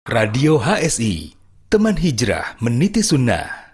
Radio HSI, teman hijrah meniti sunnah.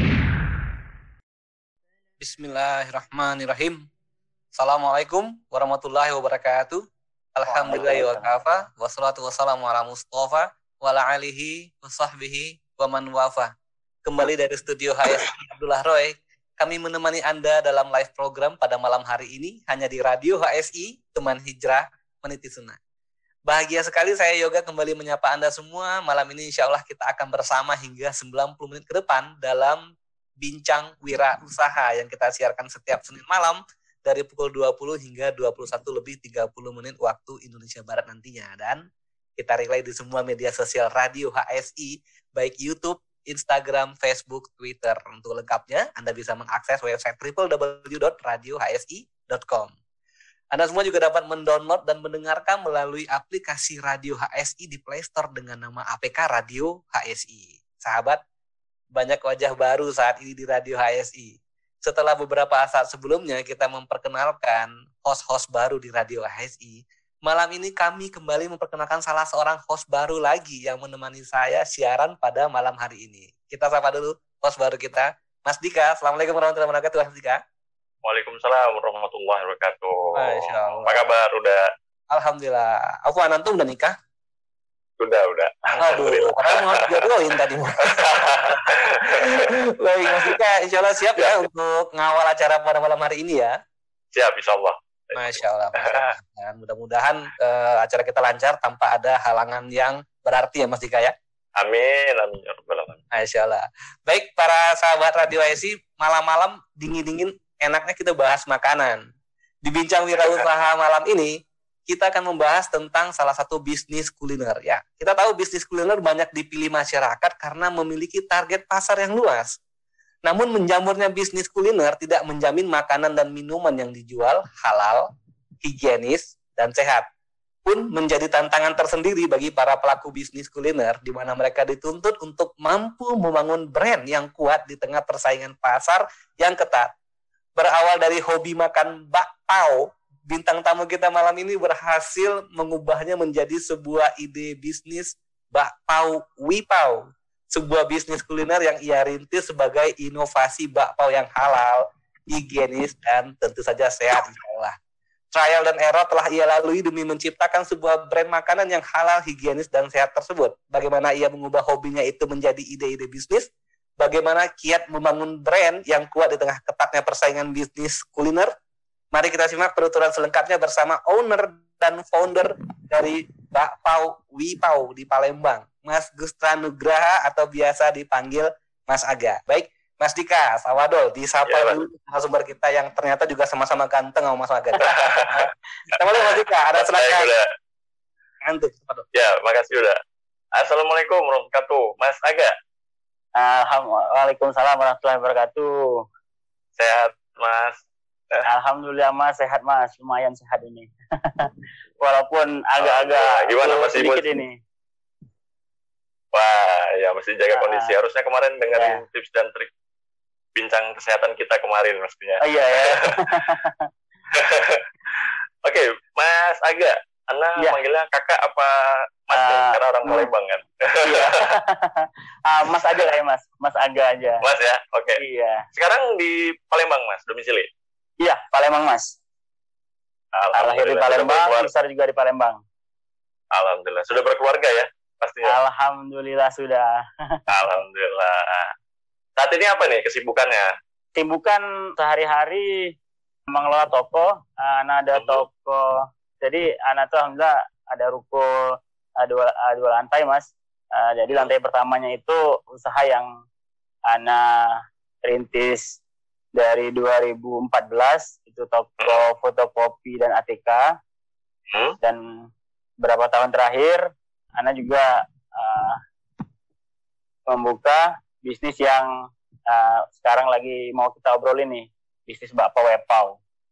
Bismillahirrahmanirrahim. Assalamualaikum warahmatullahi wabarakatuh. Alhamdulillahi wa kafa. Wassalatu wassalamu ala Mustafa wa ala alihi wa sahbihi wa man wafa. Kembali dari studio HSI Abdullah Roy, kami menemani Anda dalam live program pada malam hari ini hanya di Radio HSI, teman hijrah meniti sunnah. Bahagia sekali saya Yoga kembali menyapa Anda semua. Malam ini insya Allah kita akan bersama hingga 90 menit ke depan dalam Bincang Wirausaha yang kita siarkan setiap Senin malam dari pukul 20 hingga 21:30 waktu Indonesia Barat nantinya. Dan kita relay di semua media sosial Radio HSI, baik YouTube, Instagram, Facebook, Twitter. Untuk lengkapnya, Anda bisa mengakses website www.radiohsi.com. Anda semua juga dapat mendownload dan mendengarkan melalui aplikasi Radio HSI di Play Store dengan nama APK Radio HSI. Sahabat, banyak wajah baru saat ini di Radio HSI. Setelah beberapa saat sebelumnya kita memperkenalkan host-host baru di Radio HSI, malam ini kami kembali memperkenalkan salah seorang host baru lagi yang menemani saya siaran pada malam hari ini. Kita sapa dulu host baru kita, Mas Dika. Assalamualaikum warahmatullahi wabarakatuh, Mas Dika. Waalaikumsalam warahmatullahi wabarakatuh. Masya Allah. Apa kabar? Udah? Alhamdulillah. Aku anantum udah nikah? Udah. Aduh, karena mau jodohin tadi. Baik, Mas Dika, insya Allah siap ya untuk ngawal acara pada malam hari ini ya? Siap, insya Allah. Masya Allah. Dan mudah-mudahan acara kita lancar tanpa ada halangan yang berarti ya Mas Dika ya? Amin. Ya Rabbal alamin. Masya Allah. Baik, para sahabat Radio HSI, malam-malam dingin-dingin enaknya kita bahas makanan. Di Bincang Wirausaha malam ini, kita akan membahas tentang salah satu bisnis kuliner. Ya, kita tahu bisnis kuliner banyak dipilih masyarakat karena memiliki target pasar yang luas. Namun menjamurnya bisnis kuliner tidak menjamin makanan dan minuman yang dijual halal, higienis, dan sehat. Pun menjadi tantangan tersendiri bagi para pelaku bisnis kuliner, di mana mereka dituntut untuk mampu membangun brand yang kuat di tengah persaingan pasar yang ketat. Berawal dari hobi makan bakpao, bintang tamu kita malam ini berhasil mengubahnya menjadi sebuah ide bisnis bakpao wipao, sebuah bisnis kuliner yang ia rintis sebagai inovasi bakpao yang halal, higienis, dan tentu saja sehat insya Allah. Trial dan error telah ia lalui demi menciptakan sebuah brand makanan yang halal, higienis, dan sehat tersebut. Bagaimana ia mengubah hobinya itu menjadi ide-ide bisnis, bagaimana kiat membangun brand yang kuat di tengah ketatnya persaingan bisnis kuliner. Mari kita simak penuturan selengkapnya bersama owner dan founder dari Bakpao Wipao di Palembang, Mas Gustra Nugraha atau biasa dipanggil Mas Aga. Baik, Mas Dika, Sawadol, disapa dulu narasumber kita yang ternyata juga sama-sama ganteng sama Mas Aga. Kita boleh Mas Dika, ada silakan. Antum, ya, makasih udah. Assalamualaikum warahmatullahi wabarakatuh, Mas Aga. Waalaikumsalam warahmatullahi wabarakatuh. Sehat, Mas? Alhamdulillah, Mas. Sehat, Mas. Lumayan sehat ini. Walaupun agak-agak gimana masih sedikit ini. Wah, ya mesti jaga kondisi. Harusnya kemarin dengerin tips dan trik bincang kesehatan kita kemarin mestinya. Iya ya. Oke, Mas Aga. Anda manggilnya kakak apa Mas karena orang Palembang kan? Iya. Mas aja lah ya Mas. Mas Aga aja. Mas ya, oke. Iya. Sekarang di Palembang Mas, domisili? Iya, Palembang Mas. Lahir di Palembang, besar juga di Palembang. Alhamdulillah. Sudah berkeluarga ya pastinya? Alhamdulillah sudah. Alhamdulillah. Saat ini apa nih kesibukannya? Kesibukan sehari-hari mengelola toko. Anak ada toko. Jadi anak tuh alhamdulillah ada ruko dua lantai Mas. Jadi lantai pertamanya itu usaha yang anak rintis dari 2014 itu toko fotokopi dan ATK. Dan beberapa tahun terakhir anak juga membuka bisnis yang sekarang lagi mau kita obrolin nih, bisnis bakpao wipao.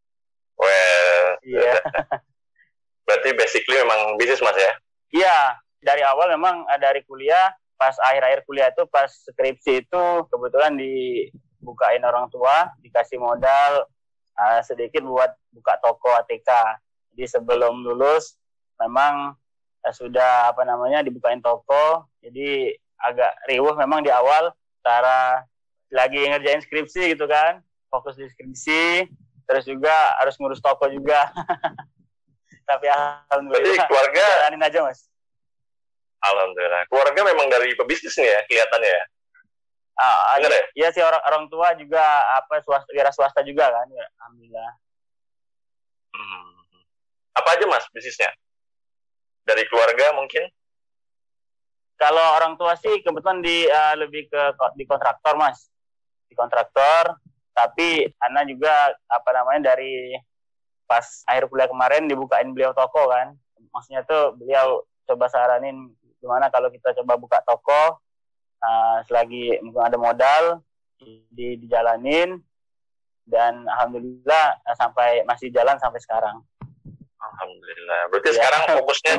Iya. Berarti basically memang bisnis Mas ya? Iya, dari awal memang dari kuliah, pas akhir-akhir kuliah itu, pas skripsi itu kebetulan dibukain orang tua, dikasih modal sedikit buat buka toko ATK. Jadi sebelum lulus memang sudah dibukain toko. Jadi agak riuh memang di awal, antara lagi ngerjain skripsi gitu kan, fokus di skripsi, terus juga harus ngurus toko juga. Tapi alhamdulillah keluarga jalanin aja Mas. Alhamdulillah. Keluarga memang dari pebisnis nih ya kelihatannya ya. Bener ya? Iya sih, orang tua juga wira swasta juga kan. Ya, alhamdulillah. Apa aja Mas bisnisnya? Dari keluarga mungkin? Kalau orang tua sih kebetulan lebih di kontraktor Mas. Di kontraktor, tapi Ana juga dari pas akhir kuliah kemarin dibukain beliau toko kan. Maksudnya tuh beliau coba saranin gimana kalau kita coba buka toko, selagi mungkin ada modal dijalanin, dan alhamdulillah masih jalan sampai sekarang. Alhamdulillah. Berarti sekarang fokusnya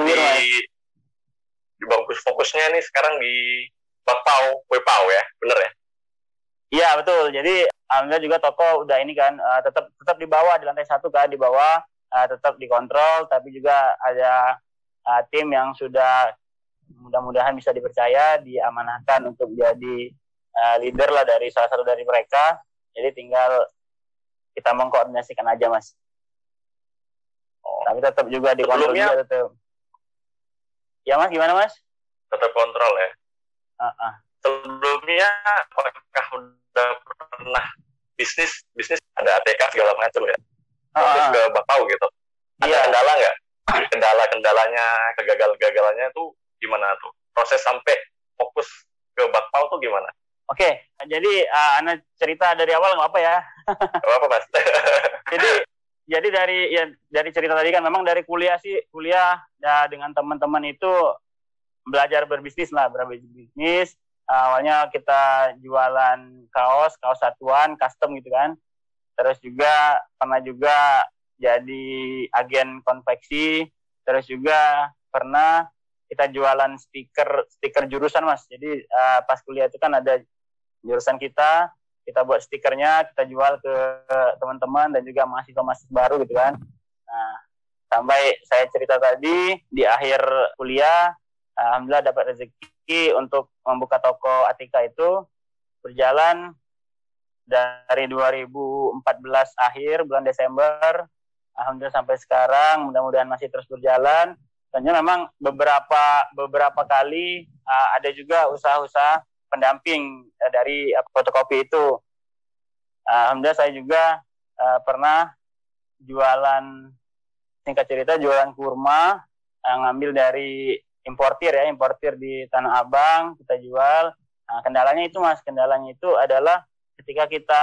fokusnya nih sekarang di Bakpao, Wepao ya, bener ya? Iya betul. Jadi alhamdulillah juga toko udah ini kan, tetap di bawah, di lantai 1 kan, di bawah tetap dikontrol, tapi juga ada tim yang sudah mudah-mudahan bisa dipercaya, diamanahkan untuk jadi leader lah dari salah satu dari mereka. Jadi tinggal kita mengkoordinasikan aja Mas. Tapi tetap juga dikontrol juga tetap. Ya Mas, gimana Mas? Tetap kontrol ya. Sebelumnya apakah udah pernah bisnis ada ATK segala macam ya? Terus ke Bakpao gitu. Ada kendala nggak? Kendalanya, kegagalannya tuh gimana tuh? Proses sampai fokus ke Bakpao tuh gimana? Oke, jadi Ana cerita dari awal nggak apa ya? Nggak apa Mas. Jadi dari cerita tadi kan memang dari kuliah dengan teman-teman itu belajar berbisnis. Awalnya kita jualan kaos satuan, custom gitu kan. Terus juga pernah juga jadi agen konveksi. Terus juga pernah kita jualan stiker jurusan Mas. Jadi pas kuliah itu kan ada jurusan kita buat stikernya, kita jual ke teman-teman dan juga mahasiswa baru gitu kan. Nah, sampai saya cerita tadi di akhir kuliah, alhamdulillah dapat rezeki untuk membuka toko Atika itu, berjalan dari 2014 akhir bulan Desember, alhamdulillah sampai sekarang, mudah-mudahan masih terus berjalan. Dan memang beberapa kali ada juga usaha-usaha pendamping dari fotokopi itu. Alhamdulillah saya juga pernah jualan, singkat cerita jualan kurma, ngambil dari importir di Tanah Abang, kita jual. Nah, kendalanya itu adalah ketika kita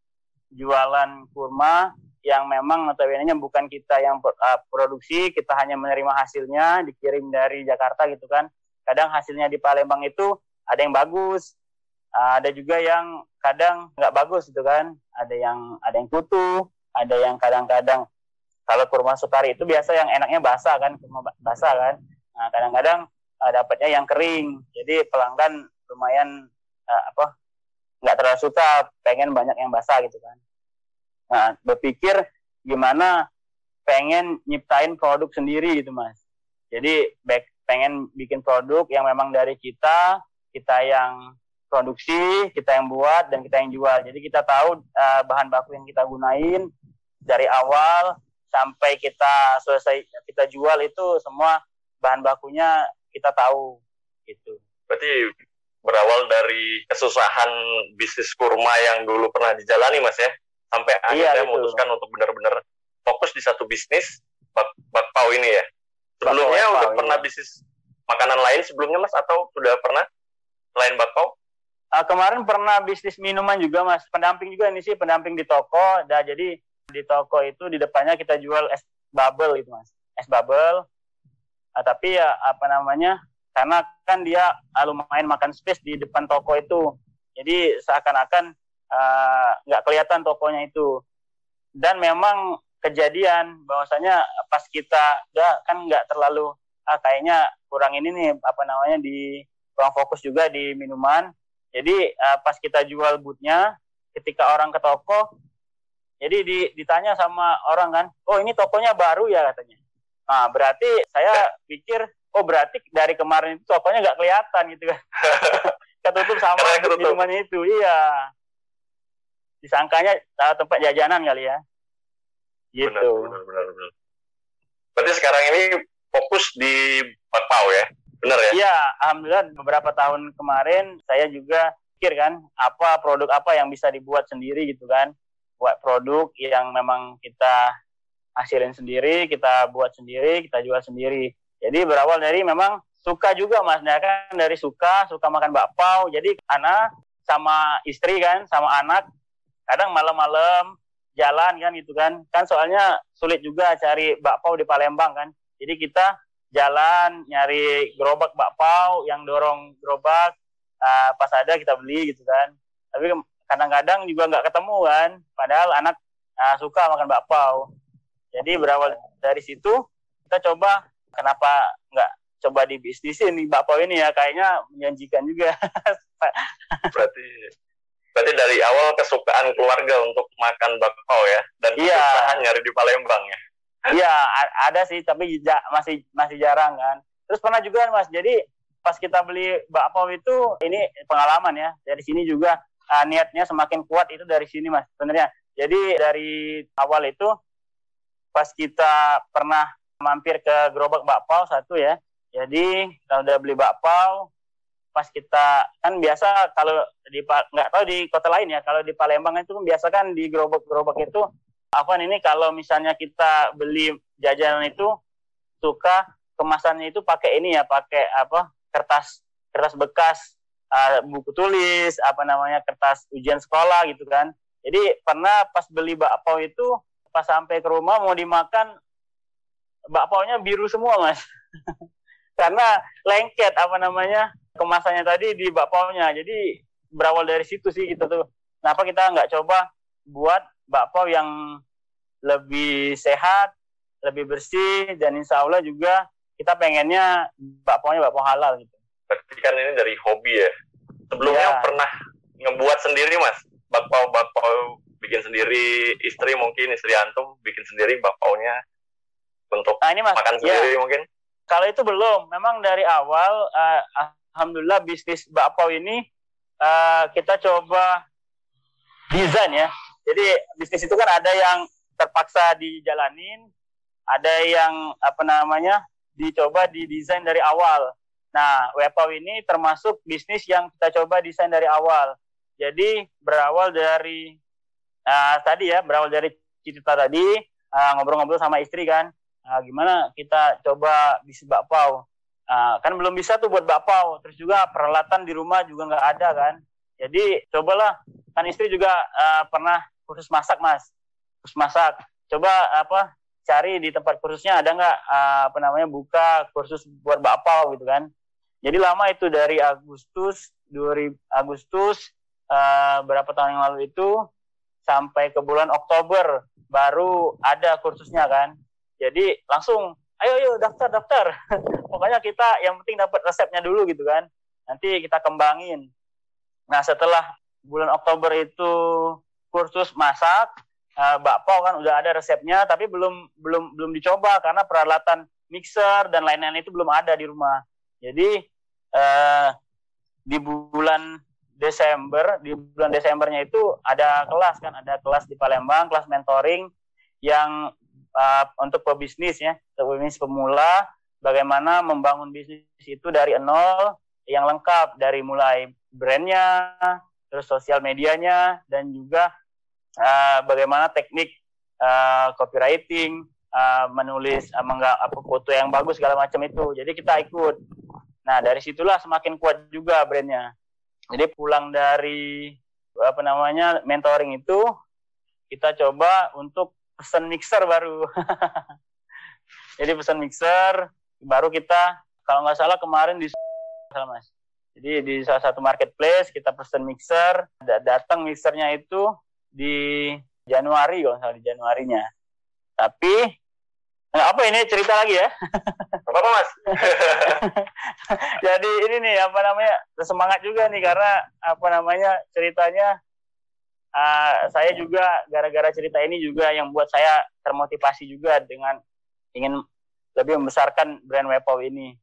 jualan kurma yang memang notabene-nya bukan kita yang produksi, kita hanya menerima hasilnya, dikirim dari Jakarta gitu kan. Kadang hasilnya di Palembang itu ada yang bagus, ada juga yang kadang nggak bagus gitu kan. Ada yang kutu, ada yang kadang-kadang kalau kurma Sukari itu biasa yang enaknya basah kan, kurma basah kan. Nah, kadang-kadang dapatnya yang kering. Jadi pelanggan lumayan nggak terlalu suka, pengen banyak yang basah gitu kan. Nah, berpikir gimana pengen nyiptain produk sendiri gitu Mas. Jadi pengen bikin produk yang memang dari kita yang produksi, kita yang buat, dan kita yang jual. Jadi kita tahu bahan baku yang kita gunain dari awal sampai kita selesai kita jual itu semua bahan bakunya kita tahu gitu. Berarti berawal dari kesusahan bisnis kurma yang dulu pernah dijalani Mas ya, sampai akhirnya memutuskan untuk benar-benar fokus di satu bisnis Bakpao ini ya. Sebelumnya udah pernah bisnis makanan lain sebelumnya Mas, atau sudah pernah selain Bakpao? Kemarin pernah bisnis minuman juga Mas, pendamping juga ini sih, pendamping di toko. Jadi di toko itu di depannya kita jual es bubble gitu Mas, es bubble. Tapi ya karena kan dia lumayan makan space di depan toko itu, jadi seakan-akan nggak kelihatan tokonya itu. Dan memang kejadian bahwasanya pas kita kan nggak terlalu kayaknya kurang ini nih kurang fokus juga di minuman. Jadi pas kita jual bootnya, ketika orang ke toko, jadi ditanya sama orang kan, oh ini tokonya baru ya katanya. Nah berarti saya pikir oh berarti dari kemarin itu tokonya nggak kelihatan gitu kan. Ketutup sama minumannya itu. Iya. Disangkanya tempat jajanan kali ya. Gitu. Benar. Berarti sekarang ini fokus di bakpao ya? Benar ya? Iya, alhamdulillah beberapa tahun kemarin saya juga pikir kan, produk apa yang bisa dibuat sendiri gitu kan. Buat produk yang memang kita hasilin sendiri, kita buat sendiri, kita jual sendiri. Jadi berawal dari memang suka juga Mas, ya kan, dari suka makan bakpao. Jadi anak sama istri kan, sama anak, kadang malam-malam jalan kan gitu kan. Kan soalnya sulit juga cari bakpao di Palembang kan. Jadi kita jalan nyari gerobak bakpao yang dorong gerobak, pas ada kita beli gitu kan. Tapi kadang-kadang juga nggak ketemu kan, padahal anak suka makan bakpao. Jadi berawal dari situ kita coba, kenapa nggak coba dibisnisin nih bakpao ini ya, kayaknya menjanjikan juga. Berarti dari awal kesukaan keluarga untuk makan bakpao ya, dan kesukaan nyari di Palembang ya. Iya, ada sih, tapi masih jarang kan. Terus pernah juga Mas, jadi pas kita beli bakpao itu, ini pengalaman ya, dari sini juga niatnya semakin kuat itu dari sini Mas, sebenarnya. Jadi dari awal itu, pas kita pernah mampir ke gerobak bakpao satu ya, jadi kalau udah beli bakpao, pas kita kan biasa kalau nggak tahu di kota lain ya, kalau di Palembang itu biasa kan di gerobak-gerobak itu ini kalau misalnya kita beli jajanan itu suka kemasannya itu pakai ini ya, pakai kertas bekas, buku tulis, kertas ujian sekolah gitu kan. Jadi pernah pas beli bakpao itu, pas sampai ke rumah mau dimakan, bakpaonya biru semua Mas. Karena lengket kemasannya tadi di bakpaonya. Jadi berawal dari situ sih gitu tuh. Kenapa kita nggak coba buat bakpao yang lebih sehat, lebih bersih, dan insya Allah juga kita pengennya bakpao halal gitu. Berarti kan ini dari hobi ya. Sebelumnya pernah ngebuat sendiri Mas, bakpao bikin sendiri, istri antum bikin sendiri bakpaonya untuk ini, Mas, makan sendiri mungkin? Kalau itu belum, memang dari awal alhamdulillah bisnis bakpao ini kita coba desain ya. Jadi bisnis itu kan ada yang terpaksa dijalanin, ada yang dicoba didesain dari awal. Nah, bakpao ini termasuk bisnis yang kita coba desain dari awal. Jadi berawal dari berawal dari cerita tadi, ngobrol-ngobrol sama istri kan, gimana kita coba bisnis bakpao. Kan belum bisa tuh buat bakpao, terus juga peralatan di rumah juga nggak ada kan. Jadi cobalah, kan istri juga pernah kursus masak Mas, coba cari di tempat kursusnya ada nggak buka kursus buat bakpao gitu kan. Jadi lama itu dari Agustus berapa tahun yang lalu itu sampai ke bulan Oktober baru ada kursusnya kan. Jadi langsung ayo daftar. Pokoknya kita yang penting dapat resepnya dulu gitu kan. Nanti kita kembangin. Nah, setelah bulan Oktober itu kursus masak, bakpao kan udah ada resepnya, tapi belum dicoba karena peralatan mixer dan lain-lain itu belum ada di rumah. Jadi di bulan Desembernya itu ada kelas di Palembang, kelas mentoring yang untuk pebisnis ya, pebisnis pemula, bagaimana membangun bisnis itu dari nol yang lengkap, dari mulai brandnya, terus sosial medianya, dan juga bagaimana teknik copywriting, menulis foto yang bagus segala macam itu. Jadi kita ikut. Nah, dari situlah semakin kuat juga brandnya. Jadi pulang dari mentoring itu, kita coba untuk pesan mixer baru. Jadi pesan mixer baru kita, kalau nggak salah kemarin Mas. Jadi di salah satu marketplace kita pesan mixer, datang mixernya itu di Januari, kalau nggak salah di Januarinya. Tapi ini cerita lagi ya. Apa Mas? Jadi ini nih semangat juga nih karena ceritanya saya juga gara-gara cerita ini juga yang buat saya termotivasi juga dengan ingin lebih membesarkan brand bakpao ini.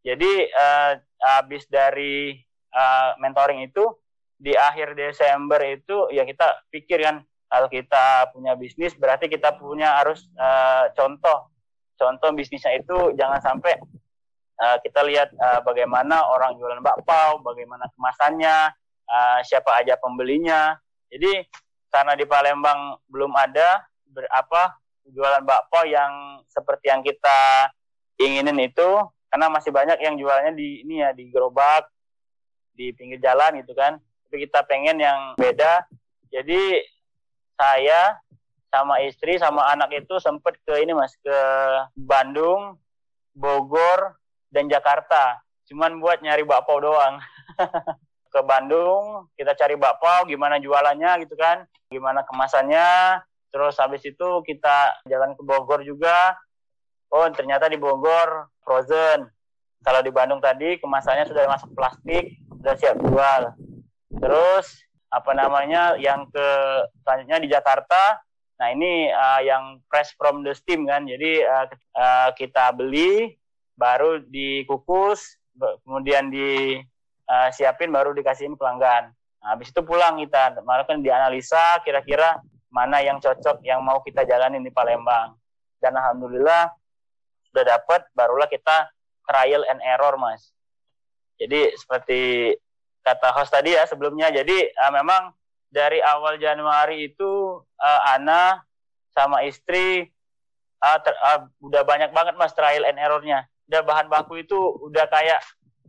Jadi habis dari mentoring itu di akhir Desember itu ya kita pikir kan, kalau kita punya bisnis berarti kita punya harus contoh bisnisnya itu jangan sampai kita lihat bagaimana orang jualan bakpao, bagaimana kemasannya, siapa aja pembelinya. Jadi karena di Palembang belum ada jualan bakpao yang seperti yang kita inginin itu, karena masih banyak yang jualannya di gerobak, di pinggir jalan gitu kan. Tapi kita pengen yang beda. Jadi saya sama istri sama anak itu sempet ke Bandung, Bogor, dan Jakarta. Cuman buat nyari bakpao doang. Ke Bandung, kita cari bakpao, gimana jualannya gitu kan, gimana kemasannya. Terus habis itu kita jalan ke Bogor juga. Oh, ternyata di Bogor frozen. Kalau di Bandung tadi kemasannya sudah masuk plastik, sudah siap jual. Terus yang selanjutnya di Jakarta. Nah, ini yang fresh from the steam kan. Jadi kita beli, baru dikukus, kemudian disiapin, baru dikasihin pelanggan. Nah, habis itu pulang kita, malah kan dianalisa kira-kira mana yang cocok, yang mau kita jalanin di Palembang. Dan alhamdulillah sudah dapat, barulah kita trial and error, Mas. Jadi seperti kata host tadi ya sebelumnya, jadi memang dari awal Januari itu Ana sama istri udah banyak banget Mas trial and errornya. Udah bahan baku itu udah kayak,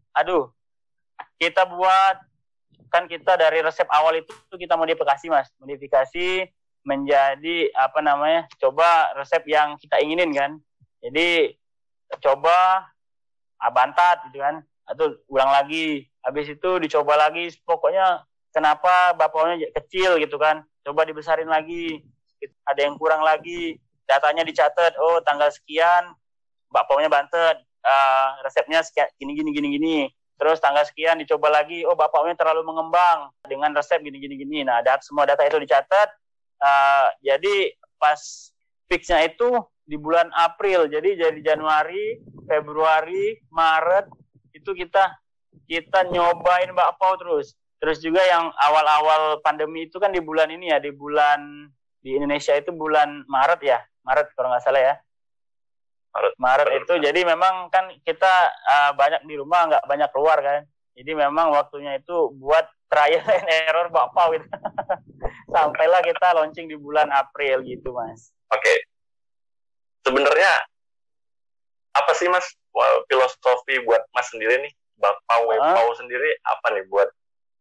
kita buat, kan kita dari resep awal itu kita modifikasi Mas, modifikasi menjadi coba resep yang kita inginin kan. Jadi coba bantat gitu kan, atau ulang lagi, habis itu dicoba lagi, pokoknya kenapa bakpaonya kecil gitu kan, coba dibesarin lagi, ada yang kurang lagi, datanya dicatat, oh tanggal sekian bakpaonya bantet, resepnya sekian, gini, terus tanggal sekian dicoba lagi, oh bakpaonya terlalu mengembang dengan resep gini. Nah, semua data itu dicatat. Jadi pas fixnya itu di bulan April, jadi Januari, Februari, Maret itu kita nyobain bakpao terus juga yang awal-awal pandemi itu kan di bulan ini ya, di Indonesia itu bulan Maret kalau nggak salah ya, Maret itu. Jadi memang kan kita banyak di rumah, nggak banyak keluar kan, jadi memang waktunya itu buat trial and error bakpao gitu. Sampailah kita launching di bulan April gitu Mas. Oke. Sebenarnya apa sih Mas filosofi buat Mas sendiri nih, bakpao sendiri apa nih buat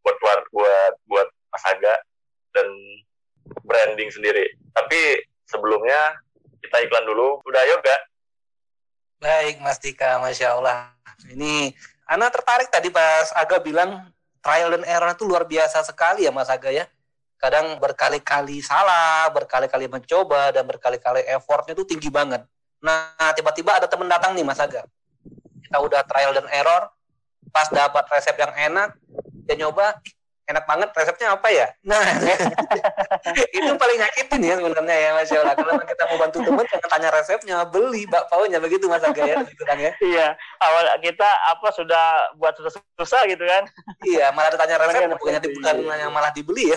Mas Aga dan branding sendiri? Tapi sebelumnya kita iklan dulu. Udah yoga? Baik Mas Dika, Masya Allah. Ini Ana tertarik tadi pas Aga bilang trial and error itu luar biasa sekali ya Mas Aga ya. Kadang berkali-kali salah, berkali-kali mencoba, dan berkali-kali effortnya itu tinggi banget. Nah, tiba-tiba ada teman datang nih Mas Aga. Kita udah trial dan error, pas dapat resep yang enak, dia nyoba, enak banget, resepnya apa ya? Nah, itu paling nyakitin ya sebenarnya ya Mas Yola. Kalau kita mau bantu teman, jangan tanya resepnya, beli bakpaonya, begitu Mas Aga ya. Gitu kan, ya? Iya, awal kita sudah buat susah-susah gitu kan. Iya, malah ditanya resepnya, bukan yang malah dibeli ya.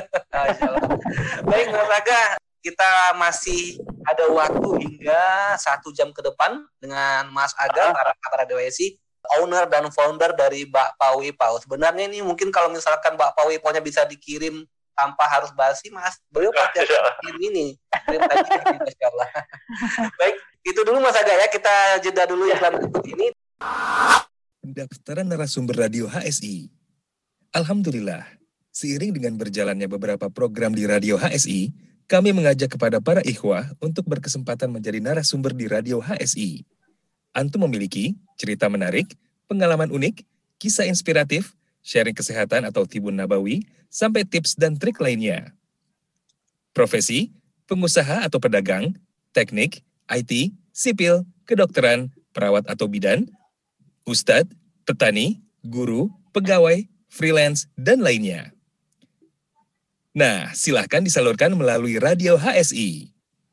Baik Mas Aga, kita masih ada waktu hingga 1 jam ke depan dengan Mas Aga, para DWSI, owner dan founder dari Bakpao Wipao. Sebenarnya ini mungkin kalau misalkan Bakpao Wipao-nya bisa dikirim tanpa harus basi, Mas, beliau pasti kirim ini. Kirim tadi, Masya Allah. Baik, itu dulu Mas Aga ya, kita jeda dulu iklan berikut ini. Pendaftaran narasumber Radio HSI. Alhamdulillah, seiring dengan berjalannya beberapa program di Radio HSI, kami mengajak kepada para ikhwah untuk berkesempatan menjadi narasumber di Radio HSI. Antum memiliki cerita menarik, pengalaman unik, kisah inspiratif, sharing kesehatan atau tibun nabawi, sampai tips dan trik lainnya. Profesi, pengusaha atau pedagang, teknik, IT, sipil, kedokteran, perawat atau bidan, ustadz, petani, guru, pegawai, freelance, dan lainnya. Nah, silahkan disalurkan melalui Radio HSI.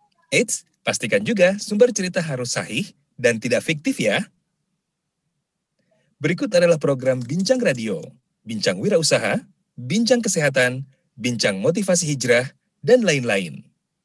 Eits, pastikan juga sumber cerita harus sahih dan tidak fiktif ya. Berikut adalah program Bincang Radio, Bincang Wirausaha, Bincang Kesehatan, Bincang Motivasi Hijrah, dan lain-lain.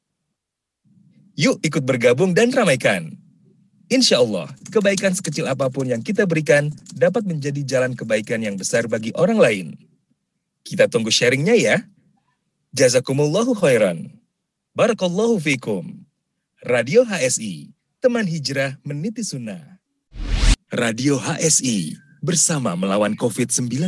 Yuk ikut bergabung dan ramaikan. Insya Allah, kebaikan sekecil apapun yang kita berikan dapat menjadi jalan kebaikan yang besar bagi orang lain. Kita tunggu sharingnya ya. Jazakumullahu khairan. Barakallahu fikum. Radio HSI, teman hijrah meniti sunnah. Radio HSI, bersama melawan COVID-19.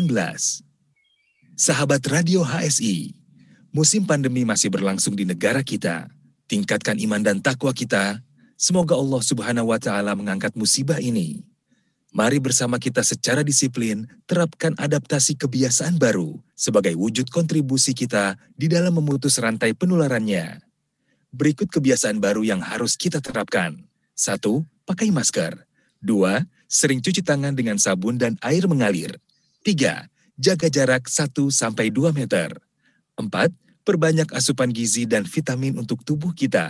Sahabat Radio HSI, musim pandemi masih berlangsung di negara kita. Tingkatkan iman dan takwa kita. Semoga Allah Subhanahu wa Ta'ala mengangkat musibah ini. Mari bersama kita secara disiplin terapkan adaptasi kebiasaan baru sebagai wujud kontribusi kita di dalam memutus rantai penularannya. Berikut kebiasaan baru yang harus kita terapkan. 1. Pakai masker. 2. Sering cuci tangan dengan sabun dan air mengalir. 3. Jaga jarak 1-2 meter. 4. Perbanyak asupan gizi dan vitamin untuk tubuh kita.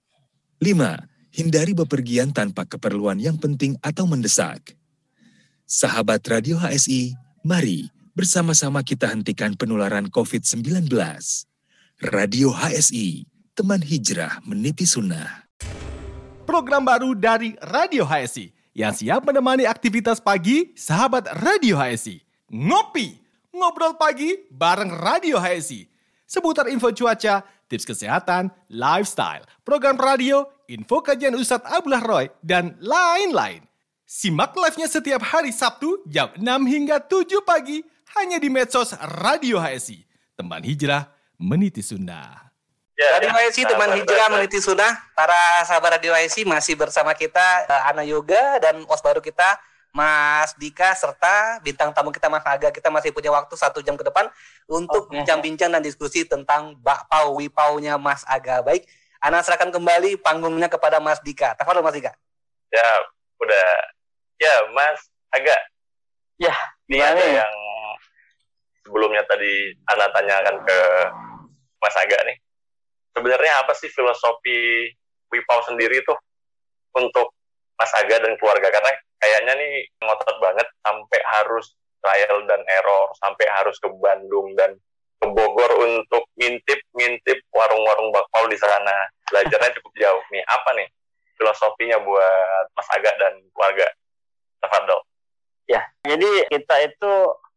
5. Hindari bepergian tanpa keperluan yang penting atau mendesak. Sahabat Radio HSI, mari bersama-sama kita hentikan penularan COVID-19. Radio HSI, teman hijrah meniti sunnah. Program baru dari Radio HSI yang siap menemani aktivitas pagi sahabat Radio HSI. Ngopi, ngobrol pagi bareng Radio HSI. Seputar info cuaca, tips kesehatan, lifestyle, program radio, info kajian Ustadz Abdullah Roy, dan lain-lain. Simak live-nya setiap hari Sabtu jam 6 hingga 7 pagi hanya di medsos Radio HSI. Teman hijrah meniti sunnah. Radio HSI, teman hijrah meniti sunnah. Para sahabat Radio HSI masih bersama kita, Ana Yoga dan host baru kita, Mas Dika, serta bintang tamu kita, Mas Aga. Kita masih punya waktu 1 jam ke depan untuk bincang-bincang dan diskusi tentang bakpao wipaunya Mas Aga. Baik, Ana serahkan kembali panggungnya kepada Mas Dika. Tafadhol Mas Dika. Ya, udah. Ya, Mas Aga. Ya, ini ada yang sebelumnya tadi Ana tanyakan ke Mas Aga nih. Sebenarnya apa sih filosofi wipau sendiri tuh untuk Mas Aga dan keluarga? Karena kayaknya nih ngotot banget sampai harus trial dan error, sampai harus ke Bandung dan ke Bogor untuk ngintip warung-warung bakpao di sana. Belajarnya cukup jauh nih. Apa nih filosofinya buat Mas Aga dan keluarga? Tafadhol. Ya, jadi kita itu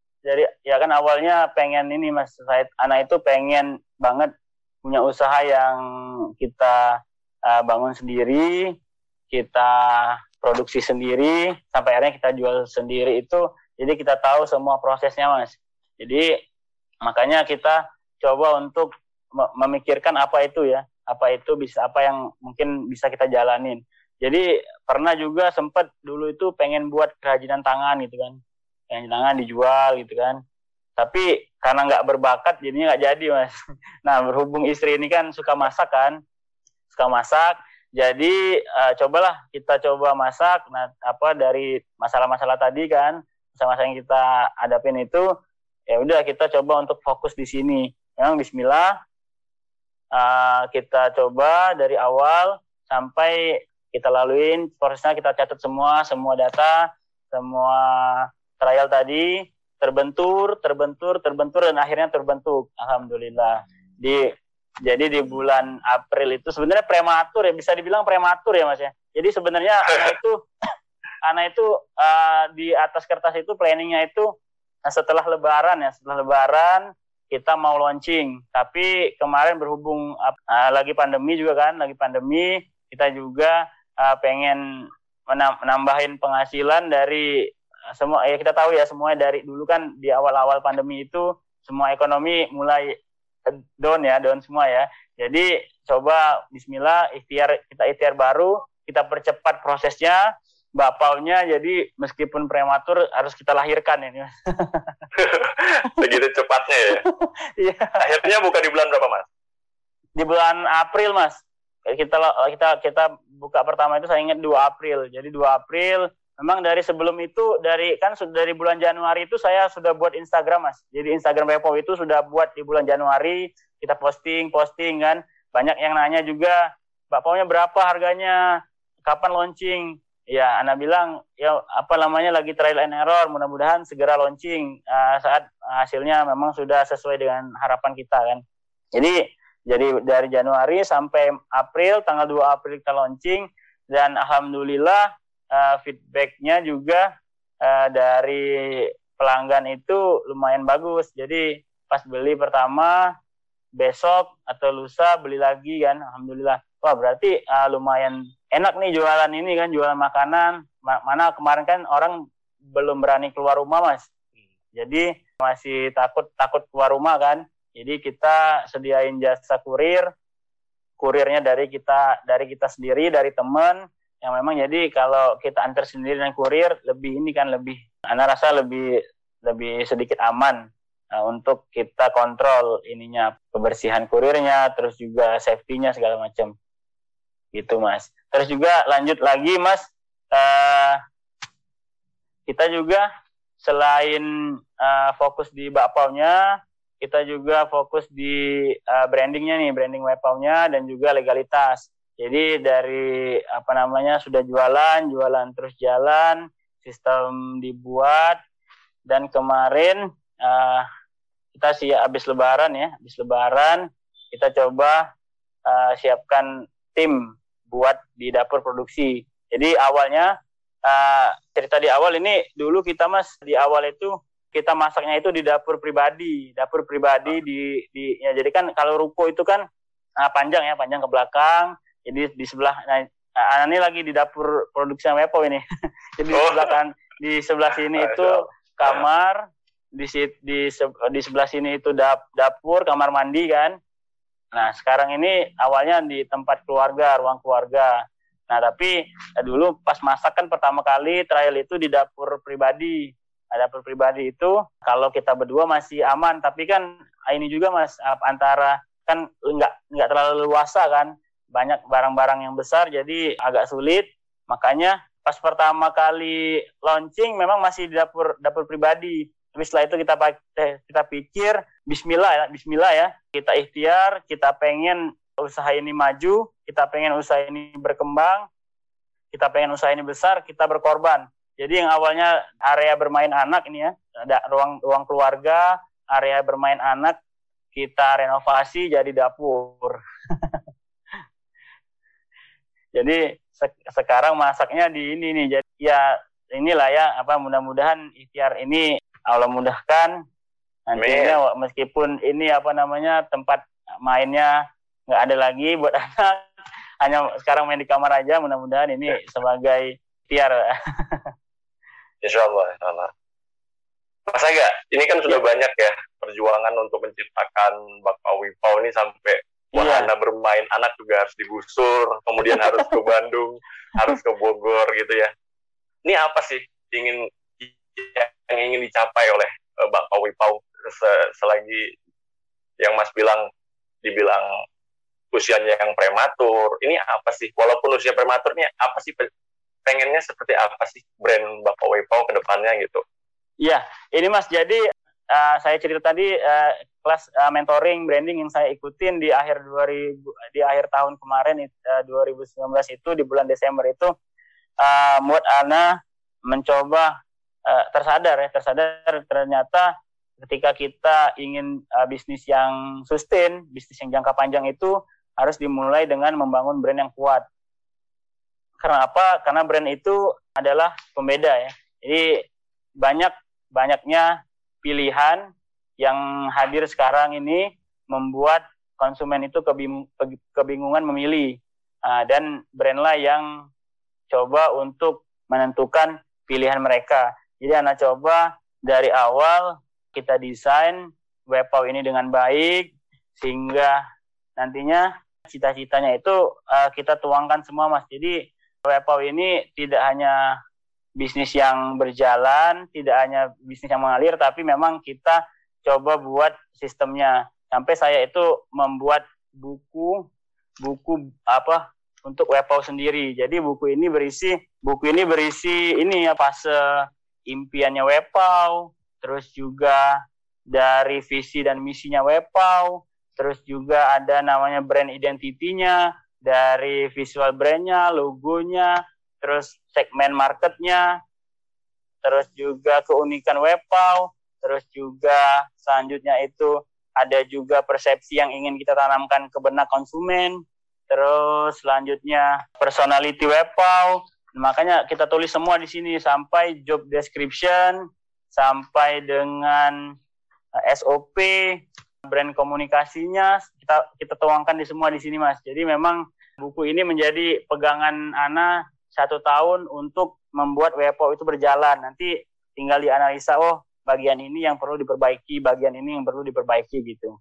ya kan awalnya pengen ini Mas Said, anak itu pengen banget punya usaha yang kita bangun sendiri, kita produksi sendiri, sampai akhirnya kita jual sendiri itu. Jadi kita tahu semua prosesnya Mas. Jadi makanya kita coba untuk memikirkan apa itu ya, apa yang mungkin bisa kita jalanin. Jadi pernah juga sempat dulu itu pengen buat kerajinan tangan gitu kan, kerajinan tangan dijual gitu kan. Tapi karena nggak berbakat jadinya nggak jadi Mas. Nah berhubung istri ini kan suka masak, jadi kita coba masak. Nah dari masalah-masalah tadi kan, masalah yang kita hadapin itu, ya udah kita coba untuk fokus di sini. Memang Bismillah, kita coba dari awal sampai kita laluin prosesnya, kita catat semua data, semua trial tadi. Terbentur dan akhirnya terbentuk. Alhamdulillah. Jadi di bulan April itu sebenarnya prematur ya, bisa dibilang prematur ya Mas ya. Jadi sebenarnya anak itu di atas kertas itu planningnya itu setelah lebaran kita mau launching. Tapi kemarin berhubung lagi pandemi juga kan, kita juga pengen menambahin penghasilan dari semua, ya kita tahu ya semuanya dari dulu kan di awal-awal pandemi itu semua ekonomi mulai down semua ya. Jadi coba Bismillah kita ikhtiar baru, kita percepat prosesnya bakpaonya. Jadi meskipun prematur harus kita lahirkan ini. Begitu cepatnya ya. Iya. Akhirnya buka di bulan berapa Mas? Di bulan April Mas. Kita buka pertama itu saya ingat 2 April. Jadi 2 April. Memang dari sebelum itu, dari bulan Januari itu saya sudah buat Instagram Mas. Jadi Instagram Bakpao itu sudah buat di bulan Januari, kita posting kan. Banyak yang nanya juga, bakpaonya berapa harganya, kapan launching. Ya, Ana bilang ya apa namanya lagi trial and error, mudah-mudahan segera launching saat hasilnya memang sudah sesuai dengan harapan kita kan. Jadi dari Januari sampai April, tanggal 2 April kita launching dan alhamdulillah feedbacknya juga dari pelanggan itu lumayan bagus. Jadi pas beli pertama, besok atau lusa beli lagi kan, alhamdulillah. Wah berarti lumayan enak nih jualan ini kan, jualan makanan. Mana kemarin kan orang belum berani keluar rumah Mas. Jadi masih takut keluar rumah kan. Jadi kita sediain jasa kurirnya dari kita sendiri, dari teman yang memang jadi kalau kita antar sendiri dan kurir lebih ini kan lebih, Ana rasa lebih sedikit aman untuk kita kontrol ininya, kebersihan kurirnya, terus juga safety-nya segala macam. Gitu Mas. Terus juga lanjut lagi Mas, kita juga selain fokus di bakpaunya, kita juga fokus di brandingnya nih, branding bakpaunya dan juga legalitas. Jadi dari sudah jualan terus jalan, sistem dibuat, dan kemarin kita habis lebaran kita coba siapkan tim buat di dapur produksi. Jadi awalnya cerita di awal ini dulu kita Mas, di awal itu kita masaknya itu di dapur pribadi ya, jadi kan kalau ruko itu kan panjang ke belakang. Jadi di sebelah ini lagi di dapur produksi Wepau ini. Jadi di sebelah sini itu kamar, di sebelah sini itu dapur, kamar mandi kan. Nah, sekarang ini awalnya di tempat keluarga, ruang keluarga. Nah, tapi dulu pas masak kan pertama kali trial itu di dapur pribadi. Nah, dapur pribadi itu kalau kita berdua masih aman, tapi kan ini juga Mas, antara kan nggak terlalu luasa kan, banyak barang-barang yang besar jadi agak sulit. Makanya pas pertama kali launching memang masih di dapur pribadi. Tapi setelah itu kita pikir bismillah ya, kita ikhtiar, kita pengen usaha ini maju, kita pengen usaha ini berkembang, kita pengen usaha ini besar, kita berkorban. Jadi yang awalnya area bermain anak ini ya, ada ruang keluarga, area bermain anak, kita renovasi jadi dapur. Jadi sekarang masaknya di ini nih. Jadi ya inilah ya, mudah-mudahan ikhtiar ini Allah mudahkan. Nantinya meskipun ini tempat mainnya nggak ada lagi buat anak, hanya sekarang main di kamar aja, mudah-mudahan ini sebagai ikhtiar. Insya Allah. Mas Aga, ini kan sudah banyak ya perjuangan untuk menciptakan Bakpao Wipau ini sampai wahana bermain anak juga harus digusur, kemudian harus ke Bandung, harus ke Bogor gitu ya. Ini apa sih yang ingin dicapai oleh Bakpao Wipau selagi yang Mas dibilang usianya yang prematur? Ini apa sih? Walaupun usia prematurnya, apa sih pengennya seperti apa sih brand Bakpao Wipau ke depannya gitu? Iya, ini Mas, jadi saya cerita tadi kelas mentoring branding yang saya ikutin di akhir tahun kemarin 2019 itu di bulan Desember itu buat Ana mencoba tersadar ternyata ketika kita ingin bisnis yang sustain, bisnis yang jangka panjang itu harus dimulai dengan membangun brand yang kuat. Karena apa? Karena brand itu adalah pembeda ya. Jadi banyaknya pilihan yang hadir sekarang ini membuat konsumen itu kebingungan memilih. Dan brandlah yang coba untuk menentukan pilihan mereka. Jadi Ana coba dari awal kita desain Wepau ini dengan baik, sehingga nantinya cita-citanya itu kita tuangkan semua Mas. Jadi Wepau ini tidak hanya bisnis yang berjalan, tidak hanya bisnis yang mengalir, tapi memang kita coba buat sistemnya. Sampai saya itu membuat buku untuk Wepau sendiri. Jadi buku ini berisi ini ya, fase impiannya Wepau, terus juga dari visi dan misinya Wepau, terus juga ada namanya brand identity-nya, dari visual brand-nya, logonya, terus segmen marketnya, terus juga keunikan Webpau, terus juga selanjutnya itu ada juga persepsi yang ingin kita tanamkan ke benak konsumen, terus selanjutnya personality Webpau. Makanya kita tulis semua di sini sampai job description, sampai dengan SOP, brand komunikasinya kita tuangkan di semua di sini, Mas. Jadi memang buku ini menjadi pegangan Ana 1 tahun untuk membuat Webpau itu berjalan. Nanti tinggal dianalisa, oh bagian ini yang perlu diperbaiki, bagian ini yang perlu diperbaiki gitu.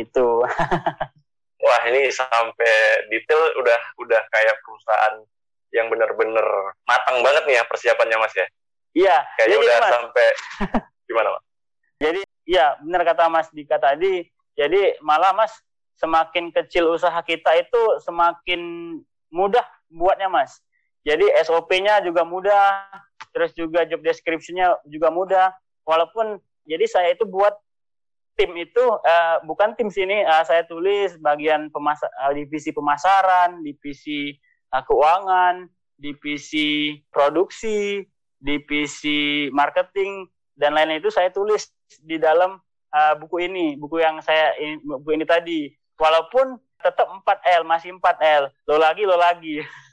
Wah, ini sampai detail udah kayak perusahaan yang benar-benar matang banget nih ya persiapannya, Mas ya. Iya. Kayaknya udah Mas, sampai gimana, Mas? Jadi iya, benar kata Mas Dika tadi. Jadi malah Mas, semakin kecil usaha kita itu semakin mudah buatnya, Mas. Jadi SOP-nya juga mudah, terus juga job description-nya juga mudah. Walaupun jadi saya itu buat tim itu bukan tim sini, saya tulis bagian divisi pemasaran, divisi keuangan, divisi produksi, divisi marketing dan lain-lain itu saya tulis di dalam buku ini tadi. Walaupun tetap 4L, masih 4L, lo lagi.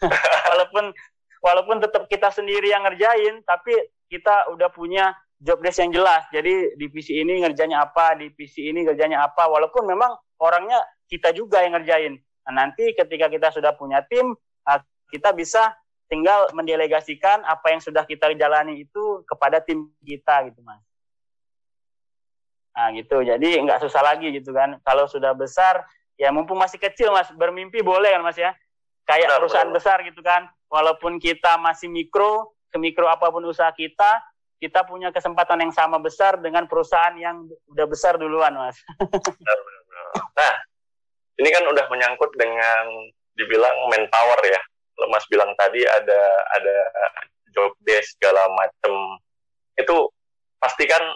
walaupun tetap kita sendiri yang ngerjain, tapi kita udah punya job desk yang jelas. Jadi divisi ini ngerjanya apa, divisi ini ngerjanya apa, walaupun memang orangnya kita juga yang ngerjain. Nah, nanti ketika kita sudah punya tim, kita bisa tinggal mendelegasikan apa yang sudah kita jalani itu kepada tim kita gitu, Mas. Nah gitu, jadi nggak susah lagi gitu kan. Kalau sudah besar, ya mumpung masih kecil, Mas, bermimpi boleh kan, Mas ya. Kayak perusahaan besar gitu kan. Walaupun kita masih semikro apapun usaha kita punya kesempatan yang sama besar dengan perusahaan yang udah besar duluan, Mas. Nah, ini kan udah menyangkut dengan dibilang manpower ya. Mas bilang tadi ada job desk segala macam. Itu pasti kan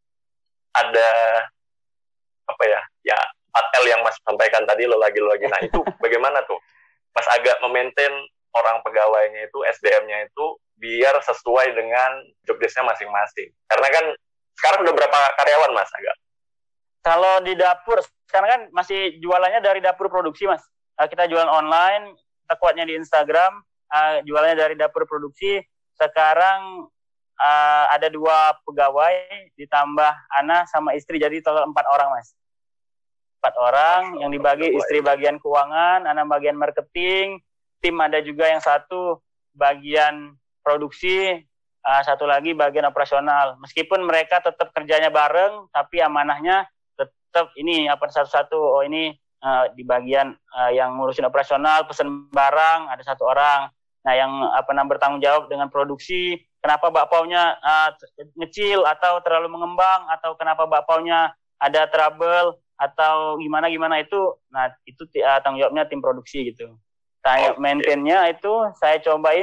ada apa ya 4L yang Mas sampaikan tadi, lo lagi. Nah itu bagaimana tuh Mas agak memaintain orang pegawainya itu, SDM-nya itu biar sesuai dengan job desk-nya masing-masing. Karena kan sekarang udah berapa karyawan, Mas, agak? Kalau di dapur sekarang kan masih jualannya dari dapur produksi, Mas. Kita jualan online, kita kuatnya di Instagram, jualannya dari dapur produksi. Sekarang ada 2 pegawai ditambah Ana sama istri, jadi total 4 orang, Mas. 4 orang yang dibagi, istri bagian keuangan, Ana bagian marketing, tim ada juga yang satu bagian produksi, satu lagi bagian operasional. Meskipun mereka tetap kerjanya bareng, tapi amanahnya tetap ini satu-satu. Oh ini di bagian yang ngurusin operasional, pesen barang ada 1 orang. Nah yang bertanggung jawab dengan produksi, kenapa bakpaunya ngecil atau terlalu mengembang, atau kenapa bakpaunya ada trouble atau gimana itu, nah itu tanggung jawabnya tim produksi gitu. Maintain-nya itu saya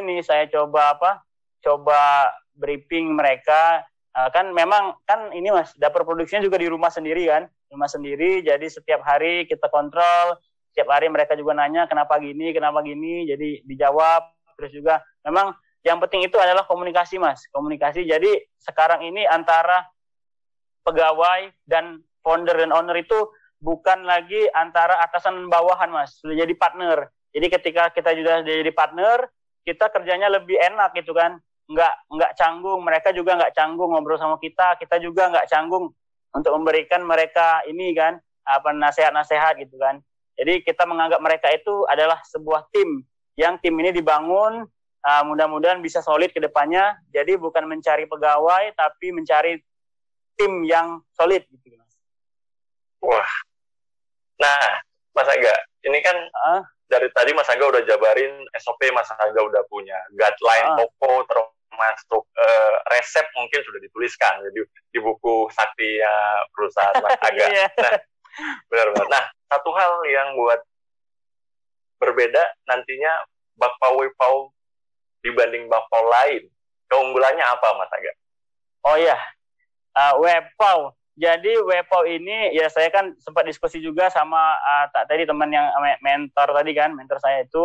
coba briefing mereka. Kan memang kan ini, Mas, dapur produksinya juga di rumah sendiri kan, jadi setiap hari kita kontrol, setiap hari mereka juga nanya kenapa gini, jadi dijawab. Terus juga memang yang penting itu adalah komunikasi, Mas, jadi sekarang ini antara pegawai dan founder dan owner itu bukan lagi antara atasan dan bawahan, Mas, sudah jadi partner. Jadi ketika kita sudah jadi partner, kita kerjanya lebih enak gitu kan. Nggak canggung, mereka juga nggak canggung ngobrol sama kita juga nggak canggung untuk memberikan mereka ini kan nasihat-nasihat gitu kan. Jadi kita menganggap mereka itu adalah sebuah tim, yang tim ini dibangun mudah-mudahan bisa solid ke depannya. Jadi bukan mencari pegawai tapi mencari tim yang solid gitu, Mas. Wah. Nah, Mas Aga, ini kan dari tadi Mas Aga udah jabarin SOP, Mas Aga udah punya guideline toko, termasuk resep mungkin sudah dituliskan jadi di buku saktinya perusahaan Mas Aga. Nah, benar-benar. Nah, satu hal yang buat berbeda nantinya bakpao Webpau dibanding bakpao lain, keunggulannya apa, Mas Aga? Oh ya, Webpau. Jadi Webpau ini ya saya kan sempat diskusi juga sama tadi teman yang mentor tadi kan, mentor saya itu.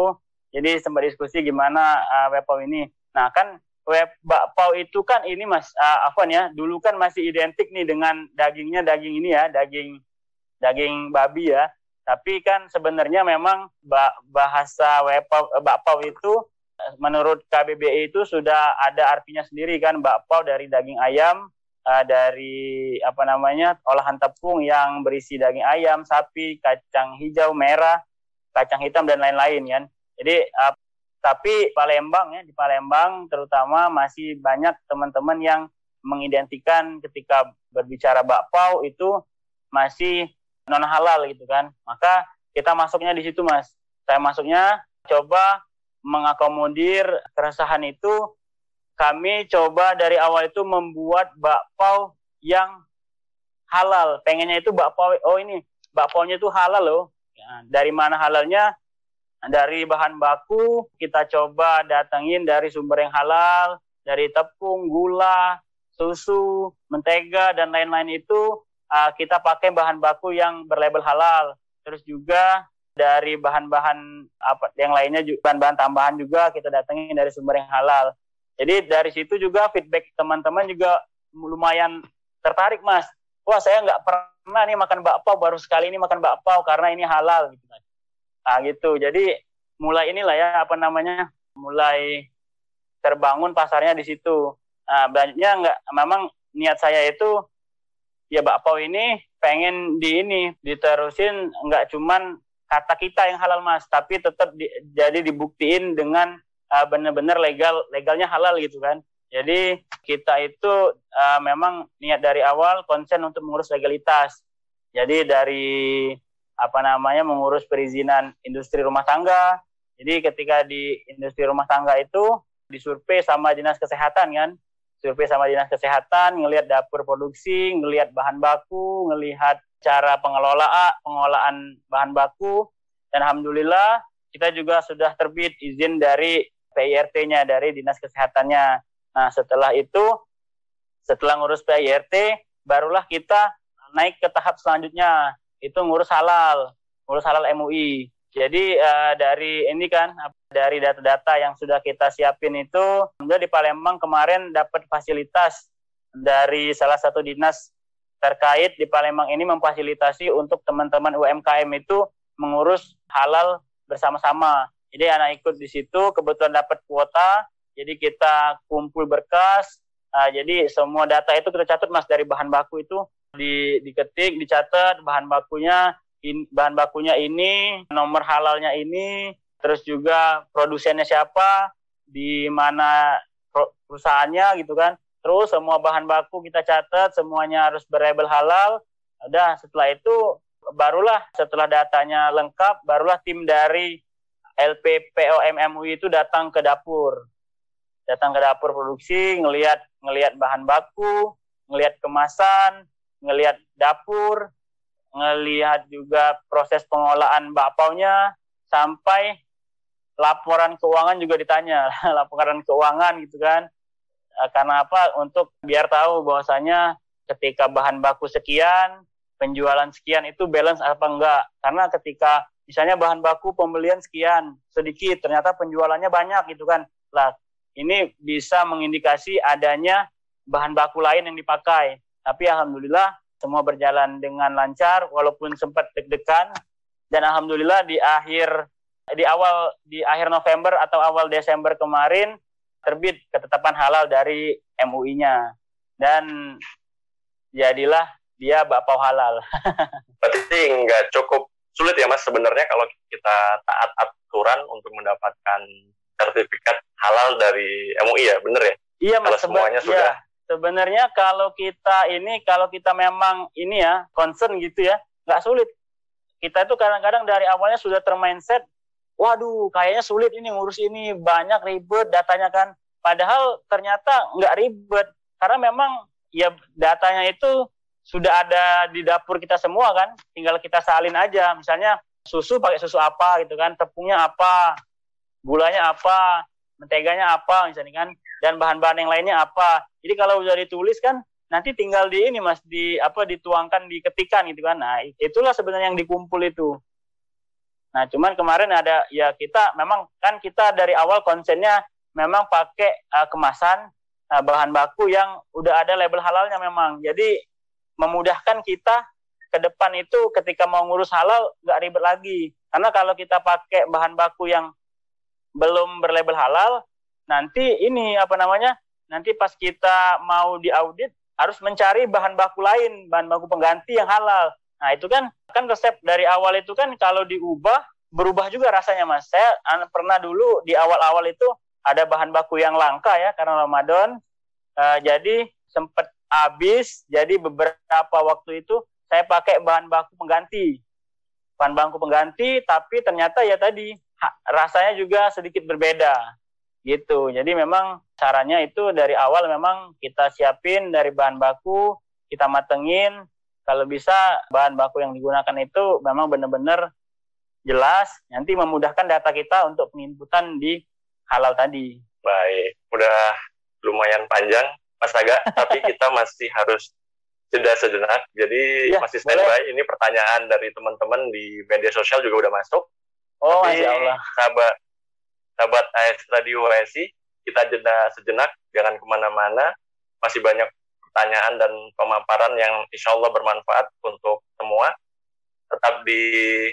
Jadi sempat diskusi gimana Webpau ini. Nah kan bakpao itu kan ini Mas Afwan ya, dulu kan masih identik nih dengan dagingnya daging ini ya, daging babi ya. Tapi kan sebenarnya memang bahasa bakpao itu menurut KBBI itu sudah ada artinya sendiri kan. Bakpao dari daging ayam, dari olahan tepung yang berisi daging ayam, sapi, kacang hijau, merah, kacang hitam dan lain-lain kan. Jadi tapi di Palembang terutama masih banyak teman-teman yang mengidentikan ketika berbicara bakpao itu masih non halal gitu kan. Maka kita masuknya di situ Mas. Saya masuknya coba mengakomodir keresahan itu. Kami coba dari awal itu membuat bakpao yang halal. Pengennya itu bakpao, ini bakpaonya itu halal loh. Ya, dari mana halalnya? Dari bahan baku kita coba datangin dari sumber yang halal, dari tepung, gula, susu, mentega dan lain-lain itu kita pakai bahan baku yang berlabel halal. Terus juga dari bahan-bahan yang lainnya, bahan-bahan tambahan juga kita datangin dari sumber yang halal. Jadi dari situ juga feedback teman-teman juga lumayan tertarik Mas. Wah saya nggak pernah nih makan bakpao, baru sekali ini makan bakpao karena ini halal gitu Mas. Gitu. Jadi mulai inilah ya mulai terbangun pasarnya di situ. Banyaknya memang niat saya itu ya bakpao ini pengen diterusin nggak cuman kata kita yang halal Mas, tapi tetap jadi dibuktiin dengan benar-benar legalnya halal gitu kan. Jadi kita itu memang niat dari awal konsen untuk mengurus legalitas. Jadi dari mengurus perizinan industri rumah tangga. Jadi ketika di industri rumah tangga itu disurvei sama dinas kesehatan kan. Survei sama dinas kesehatan, ngelihat dapur produksi, ngelihat bahan baku, ngelihat cara pengelolaan bahan baku. Dan alhamdulillah kita juga sudah terbit izin dari PIRT-nya, dari dinas kesehatannya. Nah setelah ngurus PIRT, barulah kita naik ke tahap selanjutnya. Itu ngurus halal MUI. Jadi dari data-data yang sudah kita siapin itu, di Palembang kemarin dapat fasilitas dari salah satu dinas terkait di Palembang ini memfasilitasi untuk teman-teman UMKM itu mengurus halal bersama-sama. Jadi anak ikut di situ, kebetulan dapat kuota, jadi kita kumpul berkas. Jadi semua data itu kita catat Mas, dari bahan baku itu diketik, dicatat bahan bakunya ini, nomor halalnya ini, terus juga produsennya siapa, di mana perusahaannya gitu kan. Terus semua bahan baku kita catat, semuanya harus berlabel halal. Udah setelah itu setelah datanya lengkap, barulah tim dari LPPOM MUI itu datang ke dapur produksi, ngelihat bahan baku, ngelihat kemasan, ngelihat dapur, ngelihat juga proses pengolahan bakpaonya, sampai laporan keuangan juga ditanya, laporan keuangan gitu kan. Karena apa? Untuk biar tahu bahwasanya ketika bahan baku sekian, penjualan sekian itu balance apa enggak. Karena ketika misalnya bahan baku pembelian sekian, sedikit, ternyata penjualannya banyak gitu kan. Lah, ini bisa mengindikasi adanya bahan baku lain yang dipakai. Tapi alhamdulillah semua berjalan dengan lancar, walaupun sempat deg-degan. Dan alhamdulillah di akhir November atau awal Desember kemarin terbit ketetapan halal dari MUI-nya. Dan jadilah dia bakpao halal. Berarti nggak cukup sulit ya Mas sebenarnya kalau kita taat aturan untuk mendapatkan sertifikat halal dari MUI ya, bener ya? Iya Mas, kalau semuanya sudah. Ya, sebenarnya kalau kita memang ini ya concern gitu ya, nggak sulit. Kita itu kadang-kadang dari awalnya sudah termindset, waduh kayaknya sulit ini ngurus ini, banyak ribet datanya kan. Padahal ternyata nggak ribet, karena memang ya datanya itu sudah ada di dapur kita semua kan, tinggal kita salin aja. Misalnya susu pakai susu apa gitu kan, tepungnya apa, gulanya apa, menteganya apa misalnya kan, dan bahan-bahan yang lainnya apa. Jadi kalau udah ditulis kan nanti tinggal dituangkan, diketikan gitu kan. Nah, itulah sebenarnya yang dikumpul itu. Nah, cuman kemarin ada, ya kita memang kan kita dari awal konsennya memang pakai kemasan bahan baku yang udah ada label halalnya memang. Jadi memudahkan kita ke depan itu ketika mau ngurus halal nggak ribet lagi. Karena kalau kita pakai bahan baku yang belum berlabel halal, nanti nanti pas kita mau diaudit harus mencari bahan baku lain, bahan baku pengganti yang halal. Nah itu kan resep dari awal itu kan kalau diubah, berubah juga rasanya Mas. Saya pernah dulu di awal-awal itu ada bahan baku yang langka ya karena Ramadan, jadi sempat habis, jadi beberapa waktu itu saya pakai bahan baku pengganti. Bahan baku pengganti, tapi ternyata ya tadi rasanya juga sedikit berbeda. Gitu. Jadi memang caranya itu dari awal memang kita siapin dari bahan baku, kita matengin. Kalau bisa bahan baku yang digunakan itu memang benar-benar jelas, nanti memudahkan data kita untuk penginputan di halal tadi. Baik, udah lumayan panjang Mas Aga, tapi kita masih harus jeda sejenak. Jadi masih standby. Boleh. Ini pertanyaan dari teman-teman di media sosial juga udah masuk. Oh, tapi Masya Allah. Sahabat AS Radio HSI, kita jeda sejenak, jangan kemana-mana. Masih banyak pertanyaan dan pemaparan yang insya Allah bermanfaat untuk semua. Tetap di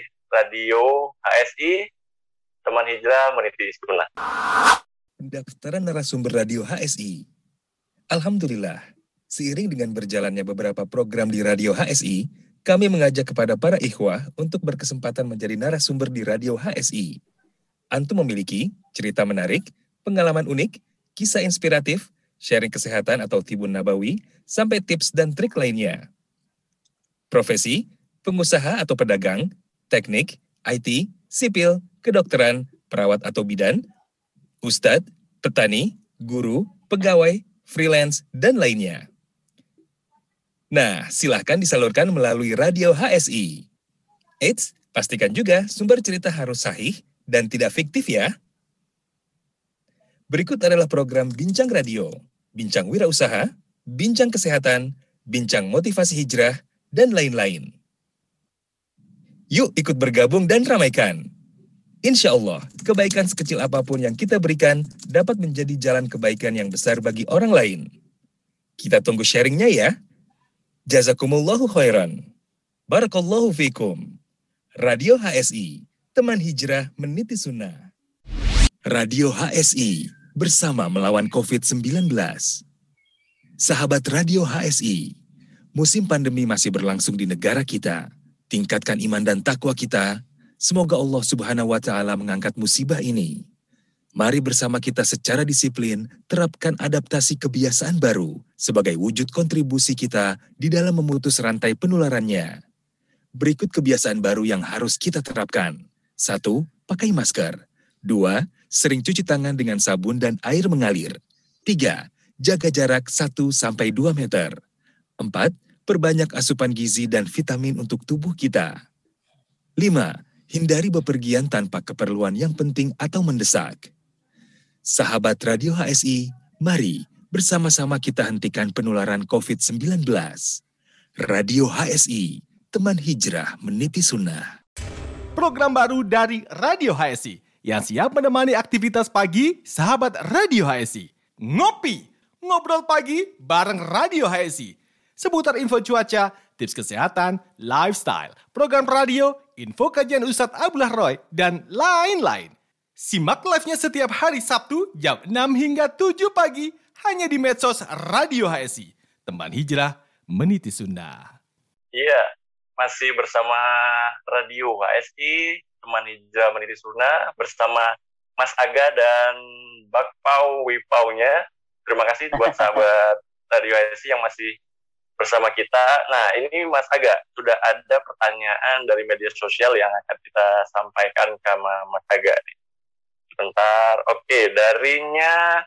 Radio HSI, teman hijrah meniti sunnah. Pendaftaran narasumber Radio HSI. Alhamdulillah, seiring dengan berjalannya beberapa program di Radio HSI, kami mengajak kepada para ikhwah untuk berkesempatan menjadi narasumber di Radio HSI. Antum memiliki cerita menarik, pengalaman unik, kisah inspiratif, sharing kesehatan atau tibun nabawi, sampai tips dan trik lainnya. Profesi, pengusaha atau pedagang, teknik, IT, sipil, kedokteran, perawat atau bidan, ustadz, petani, guru, pegawai, freelance, dan lainnya. Nah, silahkan disalurkan melalui Radio HSI. Eits, pastikan juga sumber cerita harus sahih dan tidak fiktif ya. Berikut adalah program Bincang Radio, Bincang Wirausaha, Bincang Kesehatan, Bincang Motivasi Hijrah, dan lain-lain. Yuk ikut bergabung dan ramaikan. Insya Allah, kebaikan sekecil apapun yang kita berikan dapat menjadi jalan kebaikan yang besar bagi orang lain. Kita tunggu sharingnya ya. Jazakumullahu khairan. Barakallahu fikum. Radio HSI, teman hijrah meniti sunnah. Radio HSI, bersama melawan COVID-19. Sahabat Radio HSI, musim pandemi masih berlangsung di negara kita. Tingkatkan iman dan takwa kita. Semoga Allah Subhanahu wa Ta'ala mengangkat musibah ini. Mari bersama kita secara disiplin terapkan adaptasi kebiasaan baru sebagai wujud kontribusi kita di dalam memutus rantai penularannya. Berikut kebiasaan baru yang harus kita terapkan. 1. Pakai masker. 2. Sering cuci tangan dengan sabun dan air mengalir. 3. Jaga jarak 1-2 meter. 4. Perbanyak asupan gizi dan vitamin untuk tubuh kita. 5. Hindari bepergian tanpa keperluan yang penting atau mendesak. Sahabat Radio HSI, mari bersama-sama kita hentikan penularan COVID-19. Radio HSI, teman hijrah meniti sunnah. Program baru dari Radio HSI yang siap menemani aktivitas pagi sahabat Radio HSI. Ngopi, ngobrol pagi bareng Radio HSI. Seputar info cuaca, tips kesehatan, lifestyle, program radio, info kajian Ustadz Abdullah Roy, dan lain-lain. Simak live-nya setiap hari Sabtu jam 6 hingga 7 pagi hanya di medsos Radio HSI. Teman hijrah meniti sunnah. Iya, masih bersama Radio HSI, teman hijrah meniti sunnah, bersama Mas Aga dan Bak Pau Wipaunya. Terima kasih buat sahabat Radio HSI yang masih bersama kita. Nah, ini Mas Aga, sudah ada pertanyaan dari media sosial yang akan kita sampaikan ke Mas Aga. Bentar, oke, darinya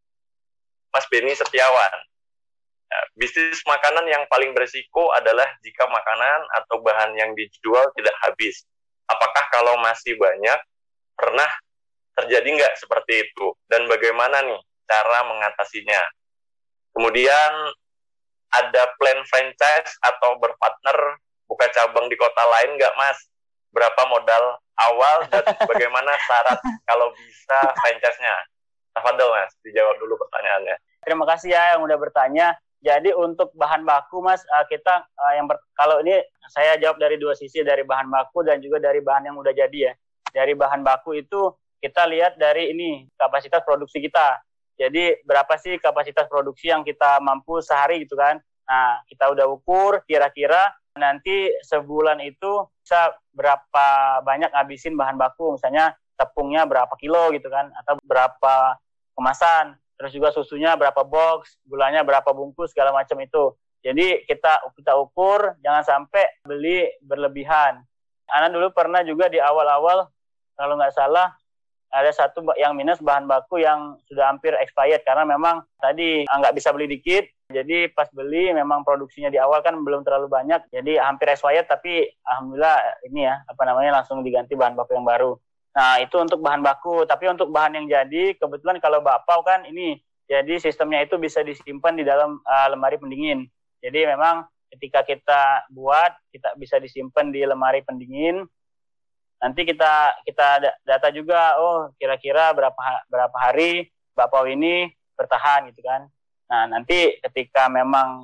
Mas Beni Setiawan. Nah, bisnis makanan yang paling berisiko adalah jika makanan atau bahan yang dijual tidak habis. Apakah kalau masih banyak, pernah terjadi nggak seperti itu? Dan bagaimana nih cara mengatasinya? Kemudian, ada plan franchise atau berpartner buka cabang di kota lain nggak, Mas? Berapa modal awal dan bagaimana syarat kalau bisa franchise-nya? Tafadhol Mas, dijawab dulu pertanyaannya. Terima kasih ya yang udah bertanya. Jadi untuk bahan baku Mas, kita kalau ini saya jawab dari dua sisi, dari bahan baku dan juga dari bahan yang udah jadi ya. Dari bahan baku itu kita lihat dari ini kapasitas produksi kita. Jadi berapa sih kapasitas produksi yang kita mampu sehari gitu kan. Nah, kita udah ukur kira-kira nanti sebulan itu bisa berapa banyak ngabisin bahan baku. Misalnya tepungnya berapa kilo gitu kan, atau berapa kemasan. Terus juga susunya berapa box, gulanya berapa bungkus, segala macam itu. Jadi kita ukur, jangan sampai beli berlebihan. Ana dulu pernah juga di awal-awal, kalau nggak salah, ada satu yang minus bahan baku yang sudah hampir expired, karena memang tadi nggak bisa beli dikit. Jadi pas beli memang produksinya di awal kan belum terlalu banyak, jadi hampir expired, tapi alhamdulillah ini ya, langsung diganti bahan baku yang baru. Nah, itu untuk bahan baku. Tapi untuk bahan yang jadi, kebetulan kalau bakpao kan ini, jadi sistemnya itu bisa disimpan di dalam lemari pendingin. Jadi memang ketika kita buat, kita bisa disimpan di lemari pendingin. Nanti kita data juga, oh kira-kira berapa hari bakpao ini bertahan gitu kan. Nah, nanti ketika memang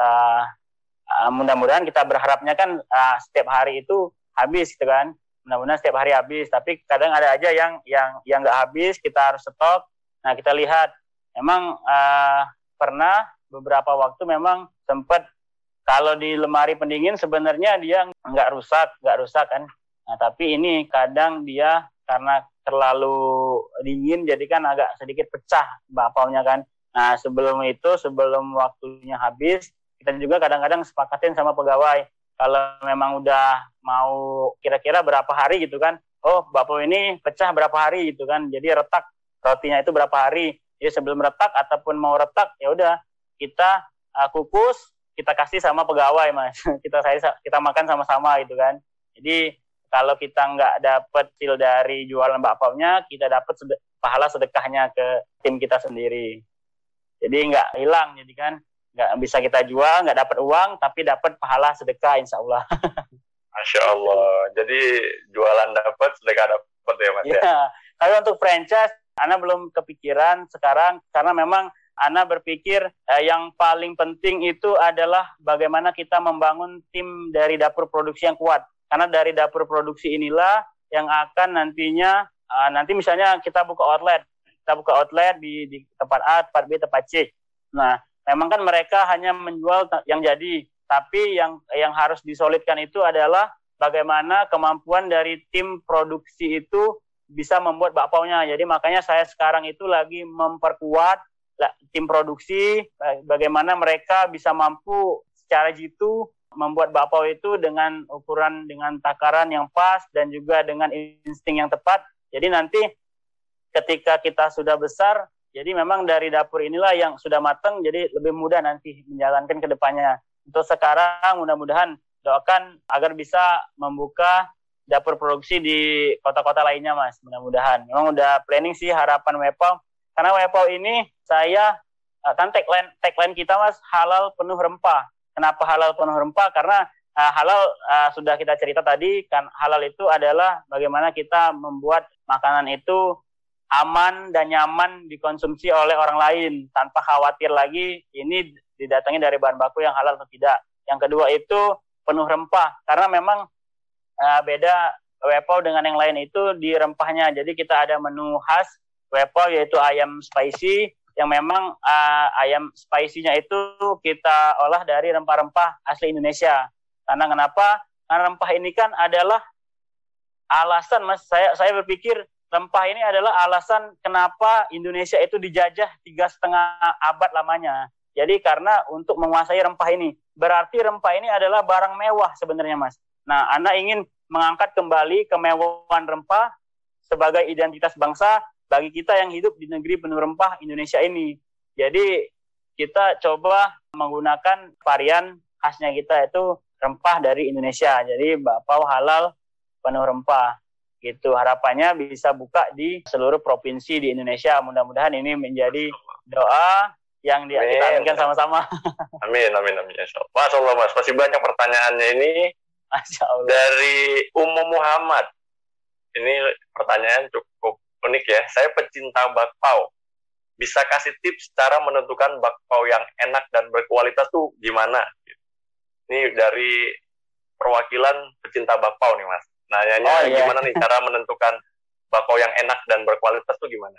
mudah-mudahan kita berharapnya kan setiap hari itu habis gitu kan. Mudah-mudahan setiap hari habis, tapi kadang ada aja yang nggak habis, kita harus stok. Nah, kita lihat, memang pernah beberapa waktu memang sempat kalau di lemari pendingin sebenarnya dia nggak rusak kan. Nah, tapi ini kadang dia karena terlalu dingin, jadi kan agak sedikit pecah bakpaonya kan. Nah, sebelum waktunya habis, kita juga kadang-kadang sepakatin sama pegawai. Kalau memang udah mau kira-kira berapa hari gitu kan, oh bakpao ini pecah berapa hari gitu kan, jadi retak rotinya itu berapa hari. Jadi sebelum retak ataupun mau retak, ya udah kita kukus, kita kasih sama pegawai Mas, kita makan sama-sama gitu kan. Jadi kalau kita nggak dapat hasil dari jualan bakpaonya, kita dapat pahala sedekahnya ke tim kita sendiri. Jadi nggak hilang, jadi kan nggak bisa kita jual, nggak dapat uang, tapi dapat pahala sedekah, insya Allah. Masya Allah. Jadi jualan dapat, sedekah dapat ya Mas ya? Tapi untuk franchise, Ana belum kepikiran sekarang, karena memang Ana berpikir yang paling penting itu adalah bagaimana kita membangun tim dari dapur produksi yang kuat. Karena dari dapur produksi inilah yang akan nantinya, nanti misalnya kita buka outlet di tempat A, tempat B, tempat C. Nah, memang kan mereka hanya menjual yang jadi, tapi yang harus disolidkan itu adalah bagaimana kemampuan dari tim produksi itu bisa membuat bakpaonya. Jadi makanya saya sekarang itu lagi memperkuat tim produksi, bagaimana mereka bisa mampu secara jitu membuat bakpao itu dengan ukuran, dengan takaran yang pas, dan juga dengan insting yang tepat. Jadi nanti ketika kita sudah besar, jadi memang dari dapur inilah yang sudah matang, jadi lebih mudah nanti menjalankan ke depannya. Untuk sekarang mudah-mudahan doakan agar bisa membuka dapur produksi di kota-kota lainnya Mas, mudah-mudahan. Memang udah planning sih harapan WEPAW, karena WEPAW ini saya, kan tagline kita Mas, halal penuh rempah. Kenapa halal penuh rempah? Karena halal sudah kita cerita tadi, kan halal itu adalah bagaimana kita membuat makanan itu aman dan nyaman dikonsumsi oleh orang lain tanpa khawatir lagi ini didatangi dari bahan baku yang halal atau tidak. Yang kedua itu penuh rempah, karena memang beda WEPAW dengan yang lain itu di rempahnya. Jadi kita ada menu khas WEPAW yaitu ayam spicy, yang memang ayam spicy-nya itu kita olah dari rempah-rempah asli Indonesia. Karena kenapa? Karena rempah ini kan adalah alasan Mas, saya berpikir rempah ini adalah alasan kenapa Indonesia itu dijajah 3,5 abad lamanya. Jadi karena untuk menguasai rempah ini. Berarti rempah ini adalah barang mewah sebenarnya Mas. Nah, Anda ingin mengangkat kembali kemewahan rempah sebagai identitas bangsa bagi kita yang hidup di negeri penuh rempah Indonesia ini. Jadi kita coba menggunakan varian khasnya kita itu rempah dari Indonesia. Jadi bakpao halal penuh rempah. Gitu, harapannya bisa buka di seluruh provinsi di Indonesia. Mudah-mudahan ini menjadi doa yang kita aminkan sama-sama. Amin. Masya Allah Mas, masih banyak pertanyaannya ini. Masya Allah. Dari Ummu Muhammad. ini pertanyaan cukup unik ya. Saya pecinta bakpao. Bisa kasih tips cara menentukan bakpao yang enak dan berkualitas tuh gimana? Ini dari perwakilan pecinta bakpao nih, Mas. Nanyanya gimana nih cara menentukan bakpao yang enak dan berkualitas tuh gimana?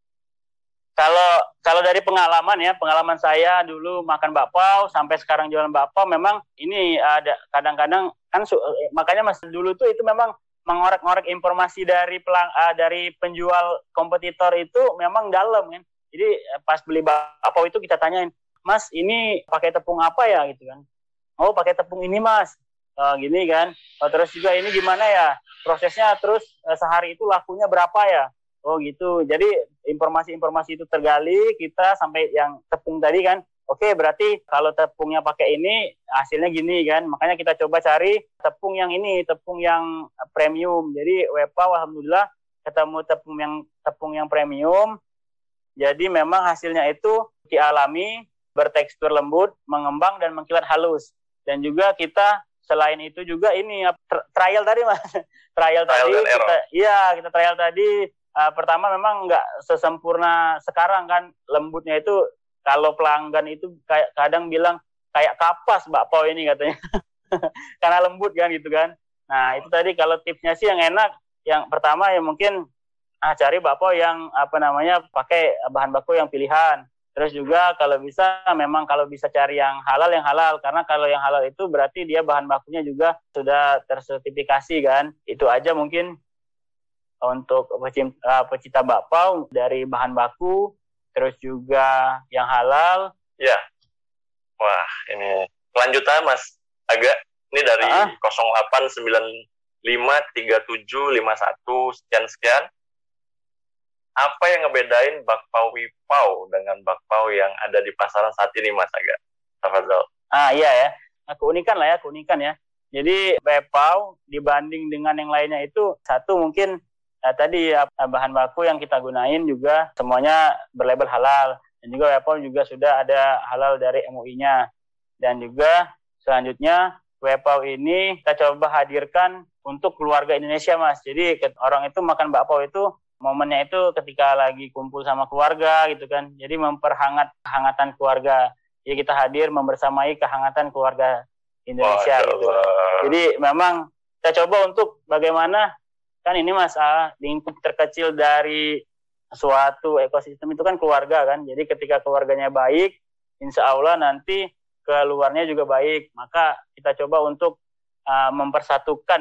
Kalau dari pengalaman saya dulu makan bakpao sampai sekarang jualan bakpao, memang ini ada kadang-kadang kan makanya Mas dulu tuh itu memang mengorek-ngorek informasi dari penjual kompetitor itu memang dalam kan. Jadi pas beli bakpao itu kita tanyain, Mas ini pakai tepung apa ya gitu kan? Oh pakai tepung ini Mas, gini kan. Terus juga ini gimana ya prosesnya, terus sehari itu lakunya berapa ya? Oh gitu. Jadi informasi-informasi itu tergali, kita sampai yang tepung tadi kan. Oke, berarti kalau tepungnya pakai ini hasilnya gini kan. Makanya kita coba cari tepung yang ini, tepung yang premium. Jadi Wepao alhamdulillah ketemu tepung yang premium. Jadi memang hasilnya itu dialami, bertekstur lembut, mengembang dan mengkilat halus. Dan juga kita selain itu juga ini trial tadi Mas. Trial tadi kita trial tadi. Pertama memang nggak sesempurna sekarang kan, lembutnya itu kalau pelanggan itu kadang bilang kayak kapas bakpao ini katanya karena lembut kan gitu kan. Nah itu tadi kalau tipsnya sih yang enak, yang pertama ya mungkin cari bakpao yang pakai bahan baku yang pilihan. Terus juga kalau bisa cari yang halal, karena kalau yang halal itu berarti dia bahan bakunya juga sudah tersertifikasi kan. Itu aja mungkin untuk pecinta bakpao, dari bahan baku, terus juga yang halal. Ya. Wah, ini kelanjutan Mas Aga. Ini dari 08953751 sekian. Apa yang ngebedain bakpao Wipao dengan bakpao yang ada di pasaran saat ini Mas Aga? Tafadhol. Iya ya. Keunikan ya. Jadi Wipao dibanding dengan yang lainnya itu satu mungkin tadi bahan baku yang kita gunain juga semuanya berlabel halal, dan juga Wepao juga sudah ada halal dari MUI-nya. Dan juga selanjutnya Wepao ini kita coba hadirkan untuk keluarga Indonesia Mas. Jadi orang itu makan bakpao itu momennya itu ketika lagi kumpul sama keluarga gitu kan. Jadi kehangatan keluarga. Jadi kita hadir membersamai kehangatan keluarga Indonesia gitu. Jadi memang kita coba untuk bagaimana kan ini Mas, lingkup terkecil dari suatu ekosistem itu kan keluarga kan. Jadi ketika keluarganya baik, insya Allah nanti keluarnya juga baik. Maka kita coba untuk mempersatukan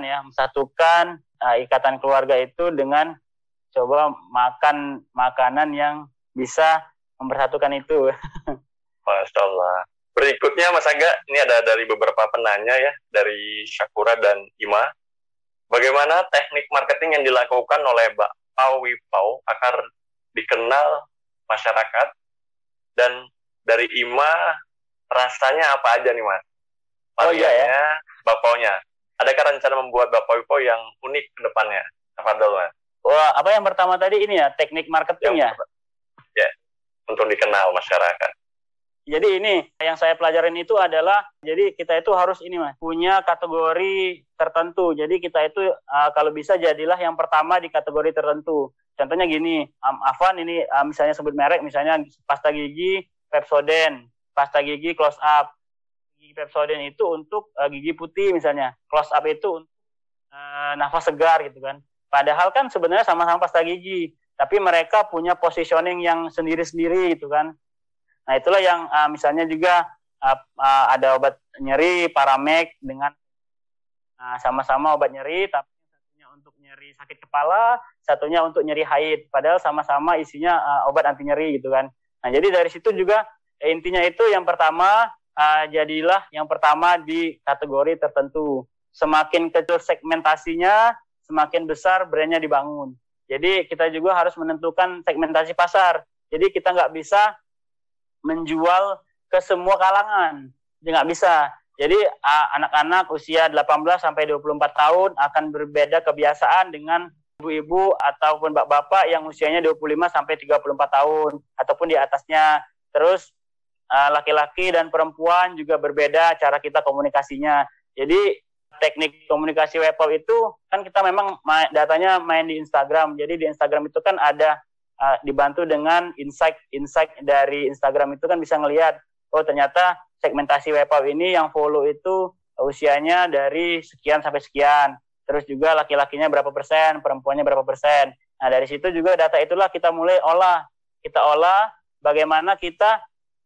ikatan keluarga itu dengan coba makan makanan yang bisa mempersatukan itu. Masya Allah. Berikutnya Mas Aga, ini ada dari beberapa penanya ya, dari Syakura dan Ima. Bagaimana teknik marketing yang dilakukan oleh bakpao Wipao agar dikenal masyarakat? Dan dari Ima, rasanya apa aja nih Mas? Variannya, bakpaonya. Adakah rencana membuat bakpao Wipao yang unik ke depannya? Tafadhol Mas. Wah, apa yang pertama tadi ini ya, teknik marketing ya? Ya, untuk dikenal masyarakat. Jadi ini yang saya pelajarin itu adalah, jadi kita itu harus ini Mas, punya kategori tertentu. Jadi kita itu kalau bisa jadilah yang pertama di kategori tertentu. Contohnya gini, Afwan ini misalnya sebut merek, misalnya pasta gigi Pepsodent, pasta gigi Close Up. Gigi Pepsodent itu untuk gigi putih misalnya, Close Up itu untuk nafas segar gitu kan. Padahal kan sebenarnya sama-sama pasta gigi, tapi mereka punya positioning yang sendiri-sendiri gitu kan. Nah itulah yang misalnya juga ada obat nyeri Paramek dengan sama-sama obat nyeri, tapi satunya untuk nyeri sakit kepala, satunya untuk nyeri haid, padahal sama-sama isinya obat anti nyeri gitu kan. Nah jadi dari situ juga intinya itu yang pertama, jadilah yang pertama di kategori tertentu. Semakin kecil segmentasinya, semakin besar brandnya dibangun. Jadi kita juga harus menentukan segmentasi pasar. Jadi kita nggak bisa menjual ke semua kalangan. Jadi nggak bisa. Jadi anak-anak usia 18 sampai 24 tahun akan berbeda kebiasaan dengan ibu-ibu ataupun bapak-bapak yang usianya 25 sampai 34 tahun ataupun di atasnya. Terus laki-laki dan perempuan juga berbeda cara kita komunikasinya. Jadi teknik komunikasi web itu kan kita memang datanya main di Instagram. Jadi di Instagram itu kan ada dibantu dengan insight dari Instagram itu kan bisa ngelihat, oh ternyata segmentasi web ini yang follow itu usianya dari sekian sampai sekian. Terus juga laki-lakinya berapa persen, perempuannya berapa persen. Nah dari situ juga data itulah kita mulai olah. Kita olah bagaimana kita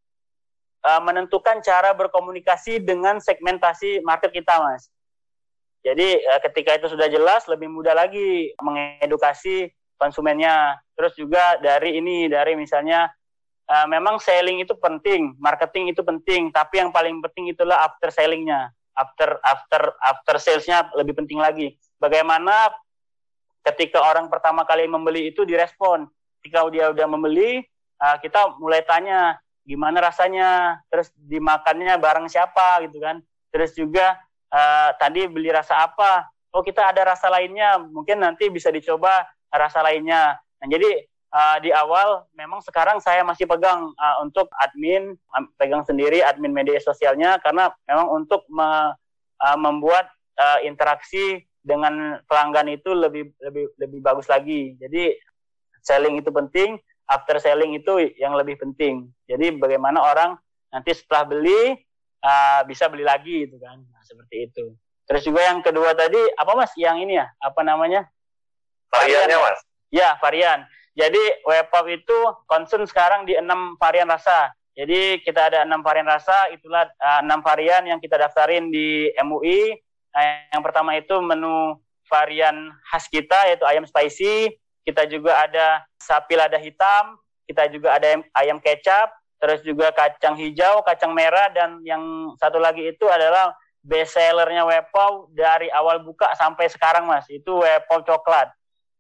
menentukan cara berkomunikasi dengan segmentasi market kita, Mas. Jadi ketika itu sudah jelas, lebih mudah lagi mengedukasi konsumennya. Terus juga dari misalnya memang selling itu penting, marketing itu penting, tapi yang paling penting itulah after selling-nya. After sales-nya lebih penting lagi. Bagaimana ketika orang pertama kali membeli itu direspon. Ketika dia udah membeli, kita mulai tanya gimana rasanya, terus dimakannya bareng siapa gitu kan. Terus juga tadi beli rasa apa? Oh kita ada rasa lainnya, mungkin nanti bisa dicoba rasa lainnya. Nah jadi di awal memang sekarang saya masih pegang untuk pegang sendiri admin media sosialnya karena memang untuk membuat interaksi dengan pelanggan itu lebih bagus lagi. Jadi selling itu penting, after selling itu yang lebih penting. Jadi bagaimana orang nanti setelah beli bisa beli lagi gitu kan. Nah, seperti itu. Terus juga yang kedua tadi apa Mas? Yang ini ya, apa namanya? Variannya Mas. Ya, varian. Jadi Webpop itu concern sekarang di 6 varian rasa. Jadi kita ada 6 varian rasa, itulah 6 varian yang kita daftarin di MUI. Yang pertama itu menu varian khas kita yaitu ayam spicy. Kita juga ada sapi lada hitam, kita juga ada ayam kecap, terus juga kacang hijau, kacang merah, dan yang satu lagi itu adalah best sellernya Webpop dari awal buka sampai sekarang Mas. Itu Webpop coklat.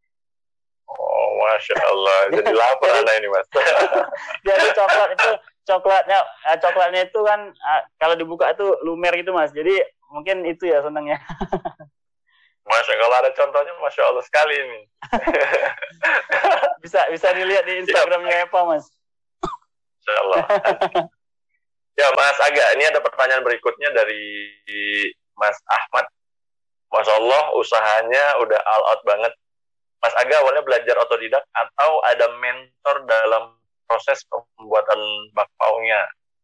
Oh, Masya Allah. Jadi lapar Anda ini, Mas. Jadi coklatnya itu kan kalau dibuka itu lumer gitu, Mas. Jadi mungkin itu ya senangnya. Masya Allah, ada contohnya Masya Allah sekali ini. bisa dilihat di Instagramnya apa, Mas? Masya Allah. Ya, Mas Aga, ini ada pertanyaan berikutnya dari Mas Ahmad. Masya Allah, usahanya udah all out banget. Mas Aga awalnya belajar otodidak atau ada mentor dalam proses pembuatan bakpaunya?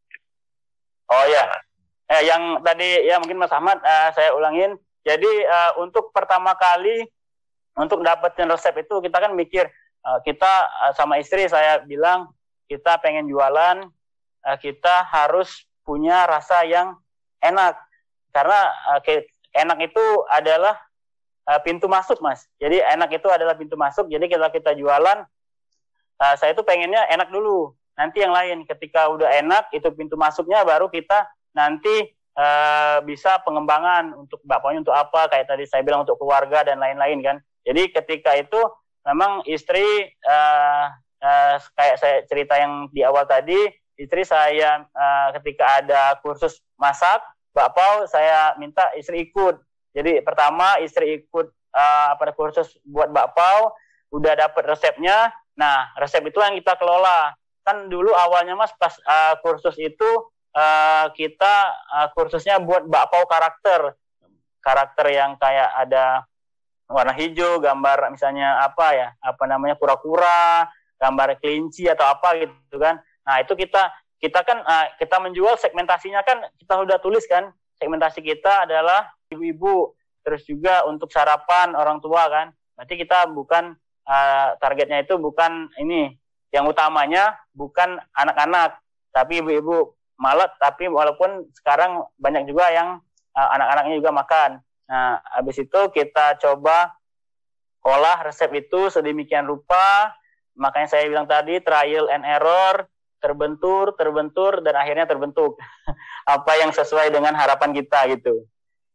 Oh ya, yang tadi ya mungkin Mas Ahmad saya ulangin. Jadi untuk pertama kali untuk dapetin resep itu kita kan mikir kita sama istri saya bilang kita pengen jualan, kita harus punya rasa yang enak karena enak itu adalah pintu masuk, Mas. Jadi enak itu adalah pintu masuk. Jadi kita jualan, saya itu pengennya enak dulu. Nanti yang lain, ketika udah enak, itu pintu masuknya, baru kita nanti bisa pengembangan untuk bapaknya untuk apa, kayak tadi saya bilang untuk keluarga dan lain-lain kan. Jadi ketika itu memang istri, kayak saya cerita yang di awal tadi, istri saya ketika ada kursus masak, bakpao, saya minta istri ikut. Jadi pertama istri ikut pada kursus buat bakpao, udah dapat resepnya. Nah resep itu yang kita kelola. Kan dulu awalnya Mas pas kursus itu kita kursusnya buat bakpao karakter yang kayak ada warna hijau, gambar misalnya kura-kura, gambar kelinci atau apa gitu kan. Nah itu kita kan kita menjual segmentasinya kan kita sudah tulis kan. Segmentasi kita adalah ibu-ibu, terus juga untuk sarapan orang tua kan. Berarti kita bukan targetnya itu bukan ini, yang utamanya bukan anak-anak, tapi ibu-ibu. Malah tapi walaupun sekarang banyak juga yang anak-anaknya juga makan. Nah, habis itu kita coba olah resep itu sedemikian rupa. Makanya saya bilang tadi trial and error, terbentur dan akhirnya terbentuk apa yang sesuai dengan harapan kita gitu.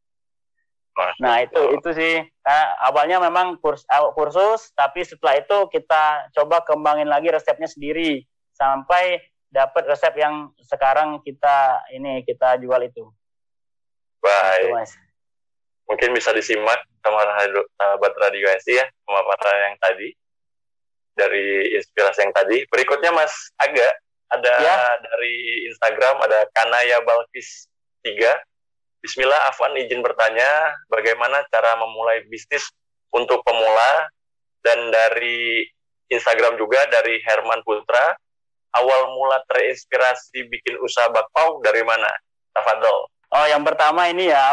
Nah itu sih awalnya memang kursus, tapi setelah itu kita coba kembangin lagi resepnya sendiri sampai dapat resep yang sekarang kita jual itu. Baik. Itu, Mas. Mungkin bisa disimak sama sahabat Radio HSI ya, pemaparan yang tadi dari inspirasi yang tadi. Berikutnya Mas Aga. Ada dari Instagram, ada Kanaya Balkis 3. Bismillah, Afwan izin bertanya, bagaimana cara memulai bisnis untuk pemula? Dan dari Instagram juga, dari Herman Putra, awal mula terinspirasi bikin usaha bakpao dari mana? Tafadhol. Oh, yang pertama ini ya,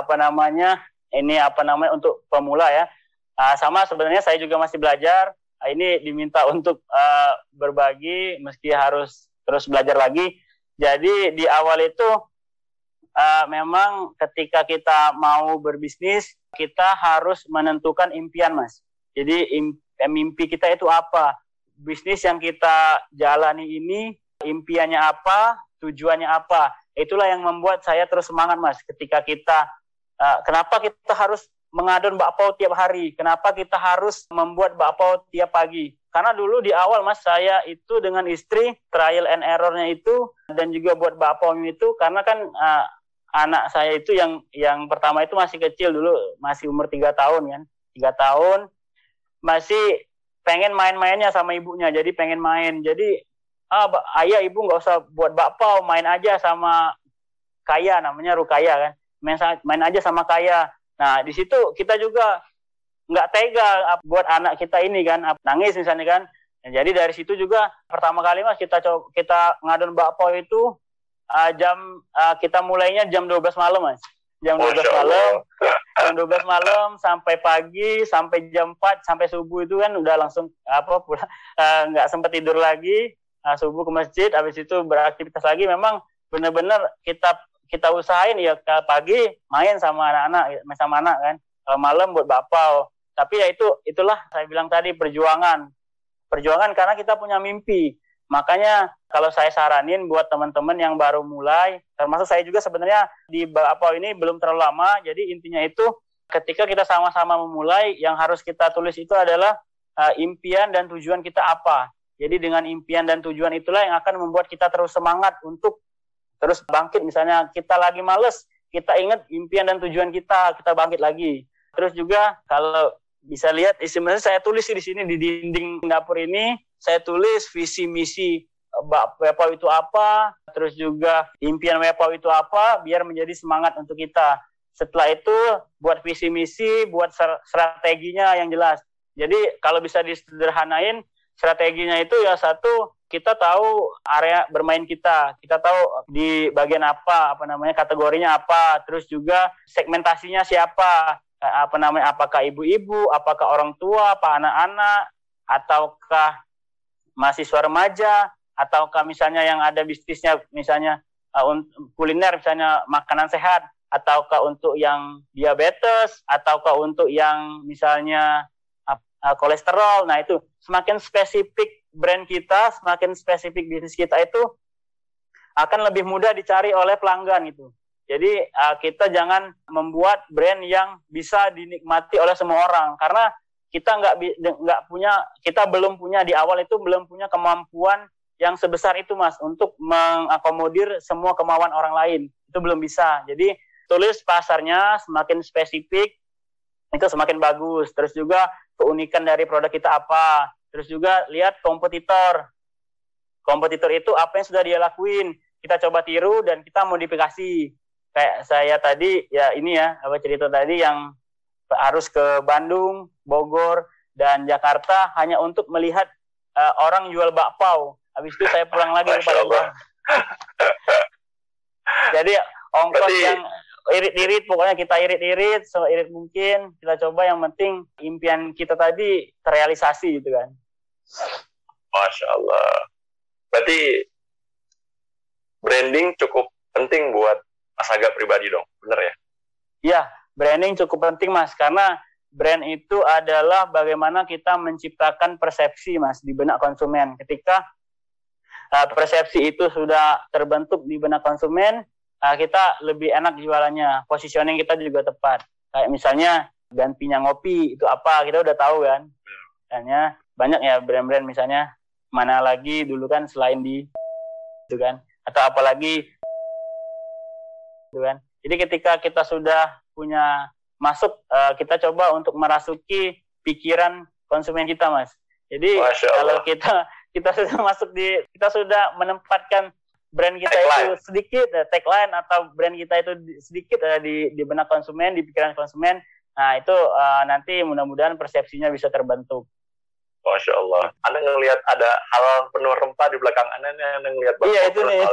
untuk pemula ya. Sama sebenarnya saya juga masih belajar. Ini diminta untuk berbagi, meski harus terus belajar lagi. Jadi di awal itu memang ketika kita mau berbisnis, kita harus menentukan impian, Mas. Jadi mimpi kita itu apa? Bisnis yang kita jalani ini, impiannya apa? Tujuannya apa? Itulah yang membuat saya terus semangat, Mas. Ketika kita, kenapa kita harus mengadon bakpao tiap hari? Kenapa kita harus membuat bakpao tiap pagi? Karena dulu di awal, Mas, saya itu dengan istri trial and error-nya itu dan juga buat bakpao itu karena kan anak saya itu yang pertama itu masih kecil dulu, masih umur 3 tahun kan. 3 tahun masih pengen main-mainnya sama ibunya. Jadi pengen main. Jadi ayah ibu nggak usah buat bakpao, main aja sama Kaya, namanya Rukaya kan. Main aja sama Kaya. Nah, di situ kita juga nggak tega buat anak kita ini kan, nangis misalnya kan. Nah, jadi dari situ juga pertama kali, Mas, kita ngadon bakpao itu kita mulainya jam 12 malam, Mas. Jam 12 malam. Jam 12 malam sampai pagi, sampai jam 4, sampai subuh itu kan udah langsung nggak sempat tidur lagi. Subuh ke masjid, habis itu beraktivitas lagi. Memang benar-benar kita usahain ya pagi main sama anak kan, kalau malam buat bakpao. Tapi ya itulah saya bilang tadi, perjuangan karena kita punya mimpi. Makanya kalau saya saranin buat teman-teman yang baru mulai, termasuk saya juga sebenarnya di bakpao ini belum terlalu lama. Jadi intinya itu ketika kita sama-sama memulai, yang harus kita tulis itu adalah impian dan tujuan kita apa. Jadi dengan impian dan tujuan itulah yang akan membuat kita terus semangat untuk terus bangkit. Misalnya kita lagi males, kita ingat impian dan tujuan kita bangkit lagi. Terus juga kalau bisa lihat, sebenarnya saya tulis di sini di dinding dapur ini, saya tulis visi misi bakpao itu apa, terus juga impian bakpao itu apa, biar menjadi semangat untuk kita. Setelah itu buat visi misi, buat strateginya yang jelas. Jadi kalau bisa disederhanain, strateginya itu ya satu, kita tahu area bermain kita tahu di bagian apa kategorinya apa, terus juga segmentasinya siapa, apakah ibu-ibu, apakah orang tua, apa anak-anak, ataukah mahasiswa remaja, ataukah misalnya yang ada bisnisnya misalnya kuliner, misalnya makanan sehat, ataukah untuk yang diabetes, ataukah untuk yang misalnya kolesterol. Nah, itu semakin spesifik brand kita, semakin spesifik bisnis kita itu akan lebih mudah dicari oleh pelanggan itu. Jadi kita jangan membuat brand yang bisa dinikmati oleh semua orang, karena kita kita belum punya di awal itu belum punya kemampuan yang sebesar itu, Mas, untuk mengakomodir semua kemauan orang lain. Itu belum bisa. Jadi tulis pasarnya semakin spesifik itu semakin bagus. Terus juga keunikan dari produk kita apa. Terus juga lihat kompetitor. Kompetitor itu apa yang sudah dia lakuin. Kita coba tiru dan kita modifikasi. Kayak saya tadi, ya ini ya, cerita tadi yang harus ke Bandung, Bogor, dan Jakarta hanya untuk melihat orang jual bakpao. Habis itu saya pulang lagi ke Palembang. Jadi ongkos yang irit-irit, pokoknya kita irit-irit, seirit mungkin kita coba, yang penting impian kita tadi terrealisasi gitu kan. Masya Allah. Berarti branding cukup penting buat Mas Aga pribadi dong, bener ya? Iya, branding cukup penting, Mas, karena brand itu adalah bagaimana kita menciptakan persepsi, Mas, di benak konsumen. Ketika persepsi itu sudah terbentuk di benak konsumen, kita lebih enak jualannya, positioning kita juga tepat. Kayak misalnya gantinya ngopi itu apa, kita udah tahu kan. Misalnya banyak ya brand-brand, misalnya mana lagi dulu kan selain di itu kan, atau apalagi itu kan. Jadi ketika kita sudah punya masuk, kita coba untuk merasuki pikiran konsumen kita, Mas. Jadi kalau kita sudah masuk kita sudah menempatkan brand kita itu sedikit, tagline atau brand kita itu sedikit di benak konsumen, di pikiran konsumen, nah itu nanti mudah-mudahan persepsinya bisa terbentuk. Masya Allah. Anda ngelihat ada hal penuh rempah di belakang Anda ngelihat banget. Iya, itu nih.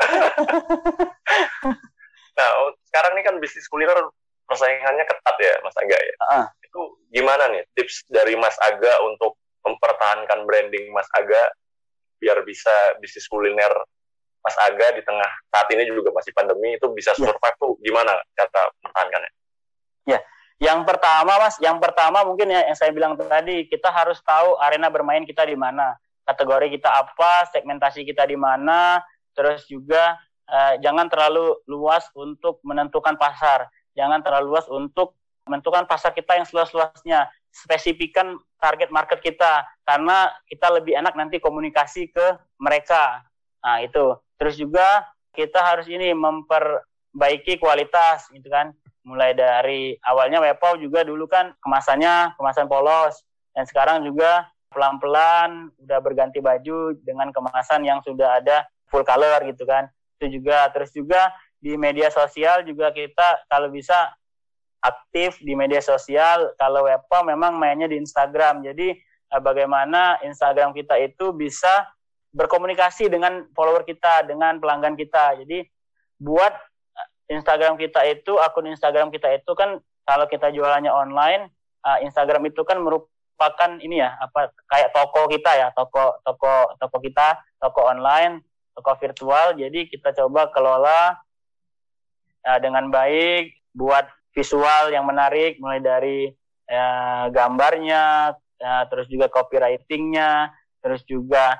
Nah, sekarang ini kan bisnis kuliner persaingannya ketat ya, Mas Aga ya. Itu gimana nih tips dari Mas Aga untuk mempertahankan branding Mas Aga biar bisa bisnis kuliner Mas Aga di tengah saat ini juga masih pandemi itu bisa survive tuh gimana cara mempertahankannya? Ya. Yang pertama mungkin ya yang saya bilang tadi, kita harus tahu arena bermain kita di mana, kategori kita apa, segmentasi kita di mana, terus juga jangan terlalu luas untuk menentukan pasar, jangan terlalu luas untuk menentukan pasar kita yang seluas-luasnya, spesifikkan target market kita, karena kita lebih enak nanti komunikasi ke mereka. Nah itu, terus juga kita harus memperbaiki kualitas gitu kan. Mulai dari awalnya Wepau juga dulu kan kemasan polos, dan sekarang juga pelan-pelan udah berganti baju dengan kemasan yang sudah ada full color gitu kan. Itu juga, terus juga di media sosial juga kita kalau bisa aktif di media sosial. Kalau Wepau memang mainnya di Instagram, jadi bagaimana Instagram kita itu bisa berkomunikasi dengan follower kita, dengan pelanggan kita. Jadi buat Instagram kita itu, akun Instagram kita itu kan kalau kita jualannya online, Instagram itu kan merupakan ini ya, kayak toko kita ya, toko kita, toko online, toko virtual. Jadi kita coba kelola dengan baik, buat visual yang menarik, mulai dari gambarnya, terus juga copywritingnya, terus juga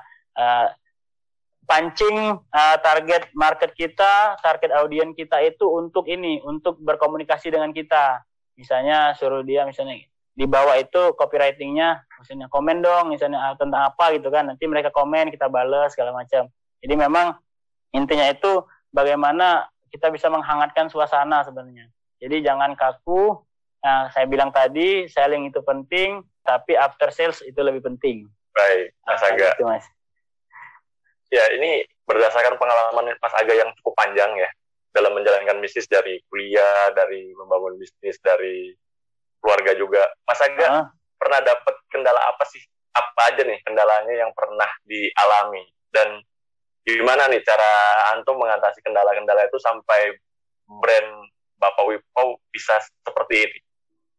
pancing target market kita, target audiens kita itu untuk berkomunikasi dengan kita. Misalnya suruh dia di bawah itu copywritingnya, misalnya komen dong, misalnya tentang apa gitu kan. Nanti mereka komen, kita balas segala macam. Jadi memang intinya itu bagaimana kita bisa menghangatkan suasana sebenarnya. Jadi jangan kaku. Saya bilang tadi, selling itu penting, tapi after sales itu lebih penting. Baik, Mas Aga. Gitu, Mas. Ya, ini berdasarkan pengalaman Mas Aga yang cukup panjang ya dalam menjalankan bisnis, dari kuliah, dari membangun bisnis, dari keluarga juga. Mas Aga pernah dapat kendala apa sih? Apa aja nih kendalanya yang pernah dialami? Dan gimana nih cara antum mengatasi kendala-kendala itu sampai brand Bapak Wepau bisa seperti ini?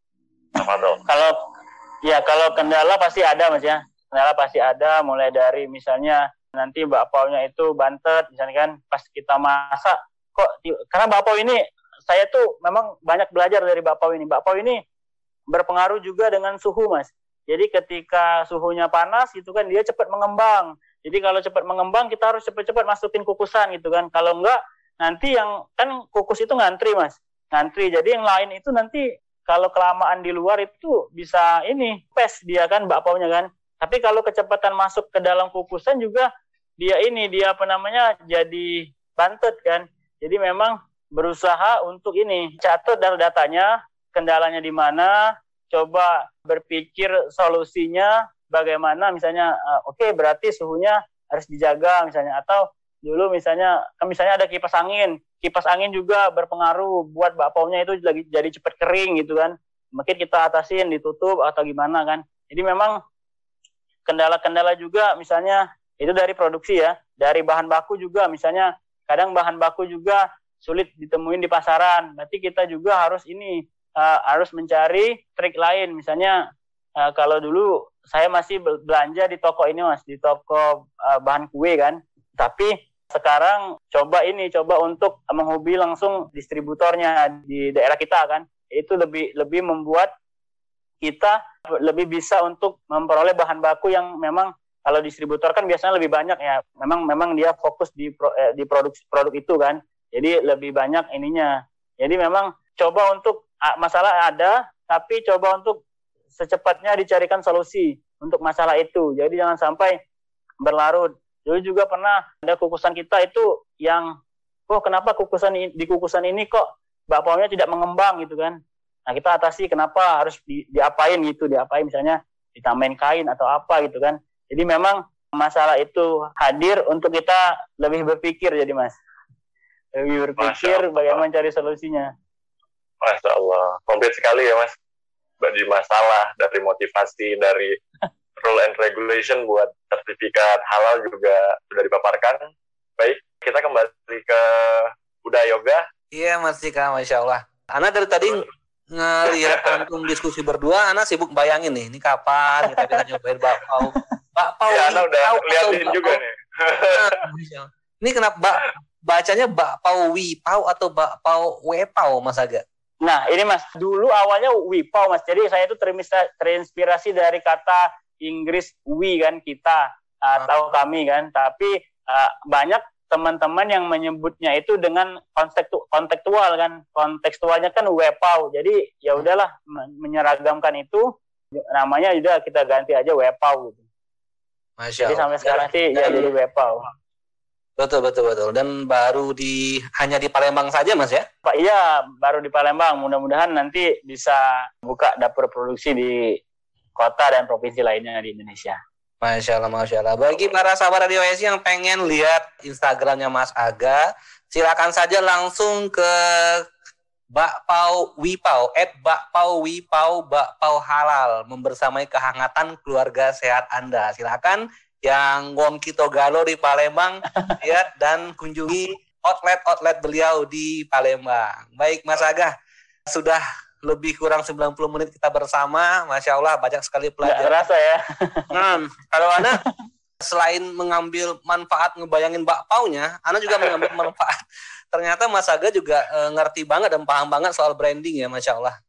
Kalau kendala pasti ada, Mas ya. Kendala pasti ada, mulai dari misalnya nanti bakpaunya itu bantet, misalnya kan pas kita masak, karena bakpau ini, saya tuh memang banyak belajar dari bakpau ini. Bakpau ini berpengaruh juga dengan suhu, Mas. Jadi ketika suhunya panas gitu kan, dia cepat mengembang. Jadi kalau cepat mengembang, kita harus cepat-cepat masukin kukusan gitu kan. Kalau enggak, nanti yang kan kukus itu ngantri, Mas. Ngantri. Jadi yang lain itu nanti kalau kelamaan di luar itu bisa pes dia kan bakpaunya kan. Tapi kalau kecepatan masuk ke dalam kukusan juga dia jadi bantet kan. Jadi memang berusaha untuk catat datanya, kendalanya di mana, coba berpikir solusinya bagaimana, misalnya berarti suhunya harus dijaga misalnya, atau dulu misalnya ada kipas angin juga berpengaruh buat bakpaunya itu lagi jadi cepat kering gitu kan. Mungkin kita atasin, ditutup atau gimana kan. Jadi memang kendala-kendala juga misalnya itu dari produksi ya, dari bahan baku juga, misalnya kadang bahan baku juga sulit ditemuin di pasaran. Berarti kita juga harus harus mencari trik lain. Misalnya kalau dulu saya masih belanja di toko ini, Mas, di toko bahan kue kan. Tapi sekarang coba untuk menghubungi langsung distributornya di daerah kita kan. Itu lebih membuat kita lebih bisa untuk memperoleh bahan baku yang memang kalau distributor kan biasanya lebih banyak ya. Memang dia fokus di produk itu kan. Jadi lebih banyak ininya. Jadi memang coba untuk masalah ada, tapi coba untuk secepatnya dicarikan solusi untuk masalah itu. Jadi jangan sampai berlarut. Dulu juga pernah ada kukusan kita itu yang, kenapa di kukusan ini kok bakpaunya tidak mengembang gitu kan. Nah kita atasi kenapa harus diapain misalnya ditambahin kain atau apa gitu kan. Jadi memang masalah itu hadir untuk kita lebih berpikir jadi Mas. Lebih berpikir bagaimana cari solusinya. Masya Allah, komplit sekali ya Mas. Dari masalah, dari motivasi, dari rule and regulation buat sertifikat halal juga sudah dipaparkan. Baik, kita kembali ke budaya yoga. Iya Mas Dika, Masya Allah. Ana dari tadi ngelihat antum diskusi berdua, Ana sibuk bayangin nih, ini kapan kita bisa nyobain bakpao. Bakpao ya, Ana udah liatin juga nih. Ini kenapa bacanya bakpao wipao atau bakpao wepao Mas Aga? Nah ini Mas, dulu awalnya wipao Mas, jadi saya itu terinspirasi dari kata Inggris we kan, kita atau kami kan, tapi banyak teman-teman yang menyebutnya itu dengan kontekstual kan, kontekstualnya kan wepao, jadi ya udahlah menyeragamkan itu namanya udah kita ganti aja wepao gitu. Masya Allah. Jadi sampai sekarang sih ya jadi wepao. Betul. Dan baru hanya di Palembang saja Mas ya? Pak, iya baru di Palembang. Mudah-mudahan nanti bisa buka dapur produksi di kota dan provinsi lainnya di Indonesia. Masya Allah. Bagi para sahabat Radio HSI yang pengen lihat Instagramnya Mas Aga, silakan saja langsung ke Bakpao Wipao, @bakpao bakpao halal, membersamai kehangatan keluarga sehat Anda. Silakan yang Wong Kito Galo di Palembang ya, dan kunjungi outlet beliau di Palembang. Baik Mas Aga, sudah lebih kurang 90 menit kita bersama. Masya Allah, banyak sekali pelajaran. Nggak terasa ya. Kalau Ana selain mengambil manfaat ngebayangin bakpaunya, Ana juga mengambil manfaat. Ternyata Mas Aga juga ngerti banget dan paham banget soal branding ya, Masya Allah.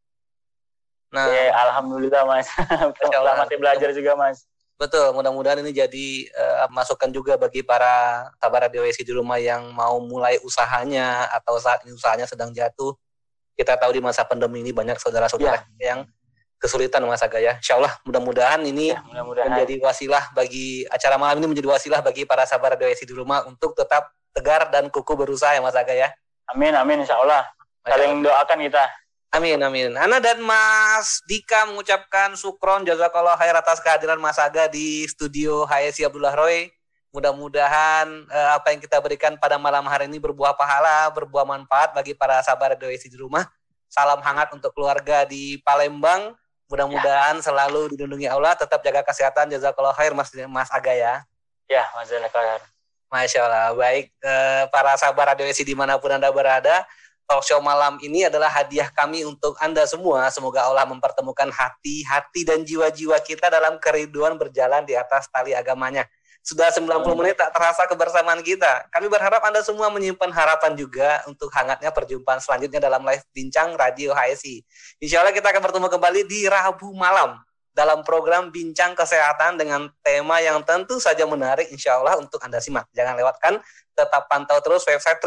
Nah, ya, alhamdulillah Mas. Masih belajar juga Mas. Betul, mudah-mudahan ini jadi masukan juga bagi para sahabat Radio HSI di rumah yang mau mulai usahanya atau saat ini usahanya sedang jatuh. Kita tahu di masa pandemi ini banyak saudara-saudara yang kesulitan Mas Aga ya. Insya Allah mudah-mudahan ini menjadi wasilah bagi acara malam ini, menjadi wasilah bagi para sahabat Radio HSI di rumah untuk tetap tegar dan kukuh berusaha ya Mas Aga ya. Amin Insya Allah. Saling doakan kita. Amin. Ana dan Mas Dika mengucapkan syukron jazakallah khair atas kehadiran Mas Aga di studio HSI Abdullah Roy. Mudah-mudahan apa yang kita berikan pada malam hari ini berbuah pahala, berbuah manfaat bagi para sahabat Radio HSI di rumah. Salam hangat untuk keluarga di Palembang. Mudah-mudahan selalu dilindungi Allah, tetap jaga kesehatan. Jazakallah khair Mas Aga ya. Ya, jazakallah khair. Masya Allah. Baik, para sahabat Radio HSI dimanapun Anda berada, talk show malam ini adalah hadiah kami untuk Anda semua. Semoga Allah mempertemukan hati dan jiwa-jiwa kita dalam kerinduan berjalan di atas tali agamanya. Sudah 90 menit tak terasa kebersamaan kita. Kami berharap Anda semua menyimpan harapan juga untuk hangatnya perjumpaan selanjutnya dalam live Bincang Radio HSI. Insya Allah kita akan bertemu kembali di Rabu malam dalam program Bincang Kesehatan dengan tema yang tentu saja menarik insya Allah untuk Anda simak. Jangan lewatkan, tetap pantau terus website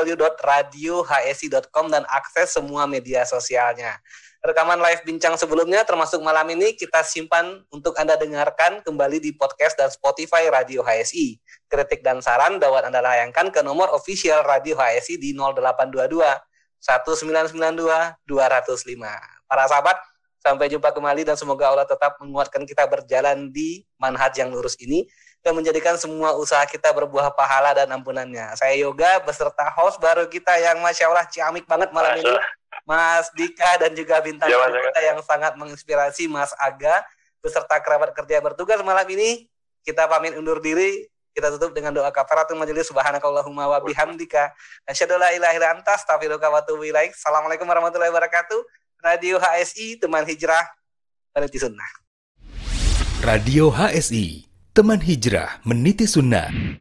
www.radiohsi.com dan akses semua media sosialnya. Rekaman live bincang sebelumnya termasuk malam ini kita simpan untuk Anda dengarkan kembali di podcast dan Spotify Radio HSI. Kritik dan saran dapat Anda layangkan ke nomor official Radio HSI di 0822 1992 205. Para sahabat, sampai jumpa kembali dan semoga Allah tetap menguatkan kita berjalan di manhaj yang lurus ini dan menjadikan semua usaha kita berbuah pahala dan ampunannya. Saya Yoga beserta host baru kita yang Masya Allah ciamik banget malam ini, Mas Dika, dan juga bintang kita yang sangat menginspirasi Mas Aga beserta kerabat kerja yang bertugas malam ini. Kita pamit undur diri. Kita tutup dengan doa kafaratul majelis. Subhanakallahumma wa bihamdika asyhadu an la ilaha illa anta astaghfiruka wa atubu ilaik. Assalamualaikum warahmatullahi wabarakatuh. Radio HSI, teman hijrah meniti sunnah. Radio HSI, teman hijrah meniti sunnah.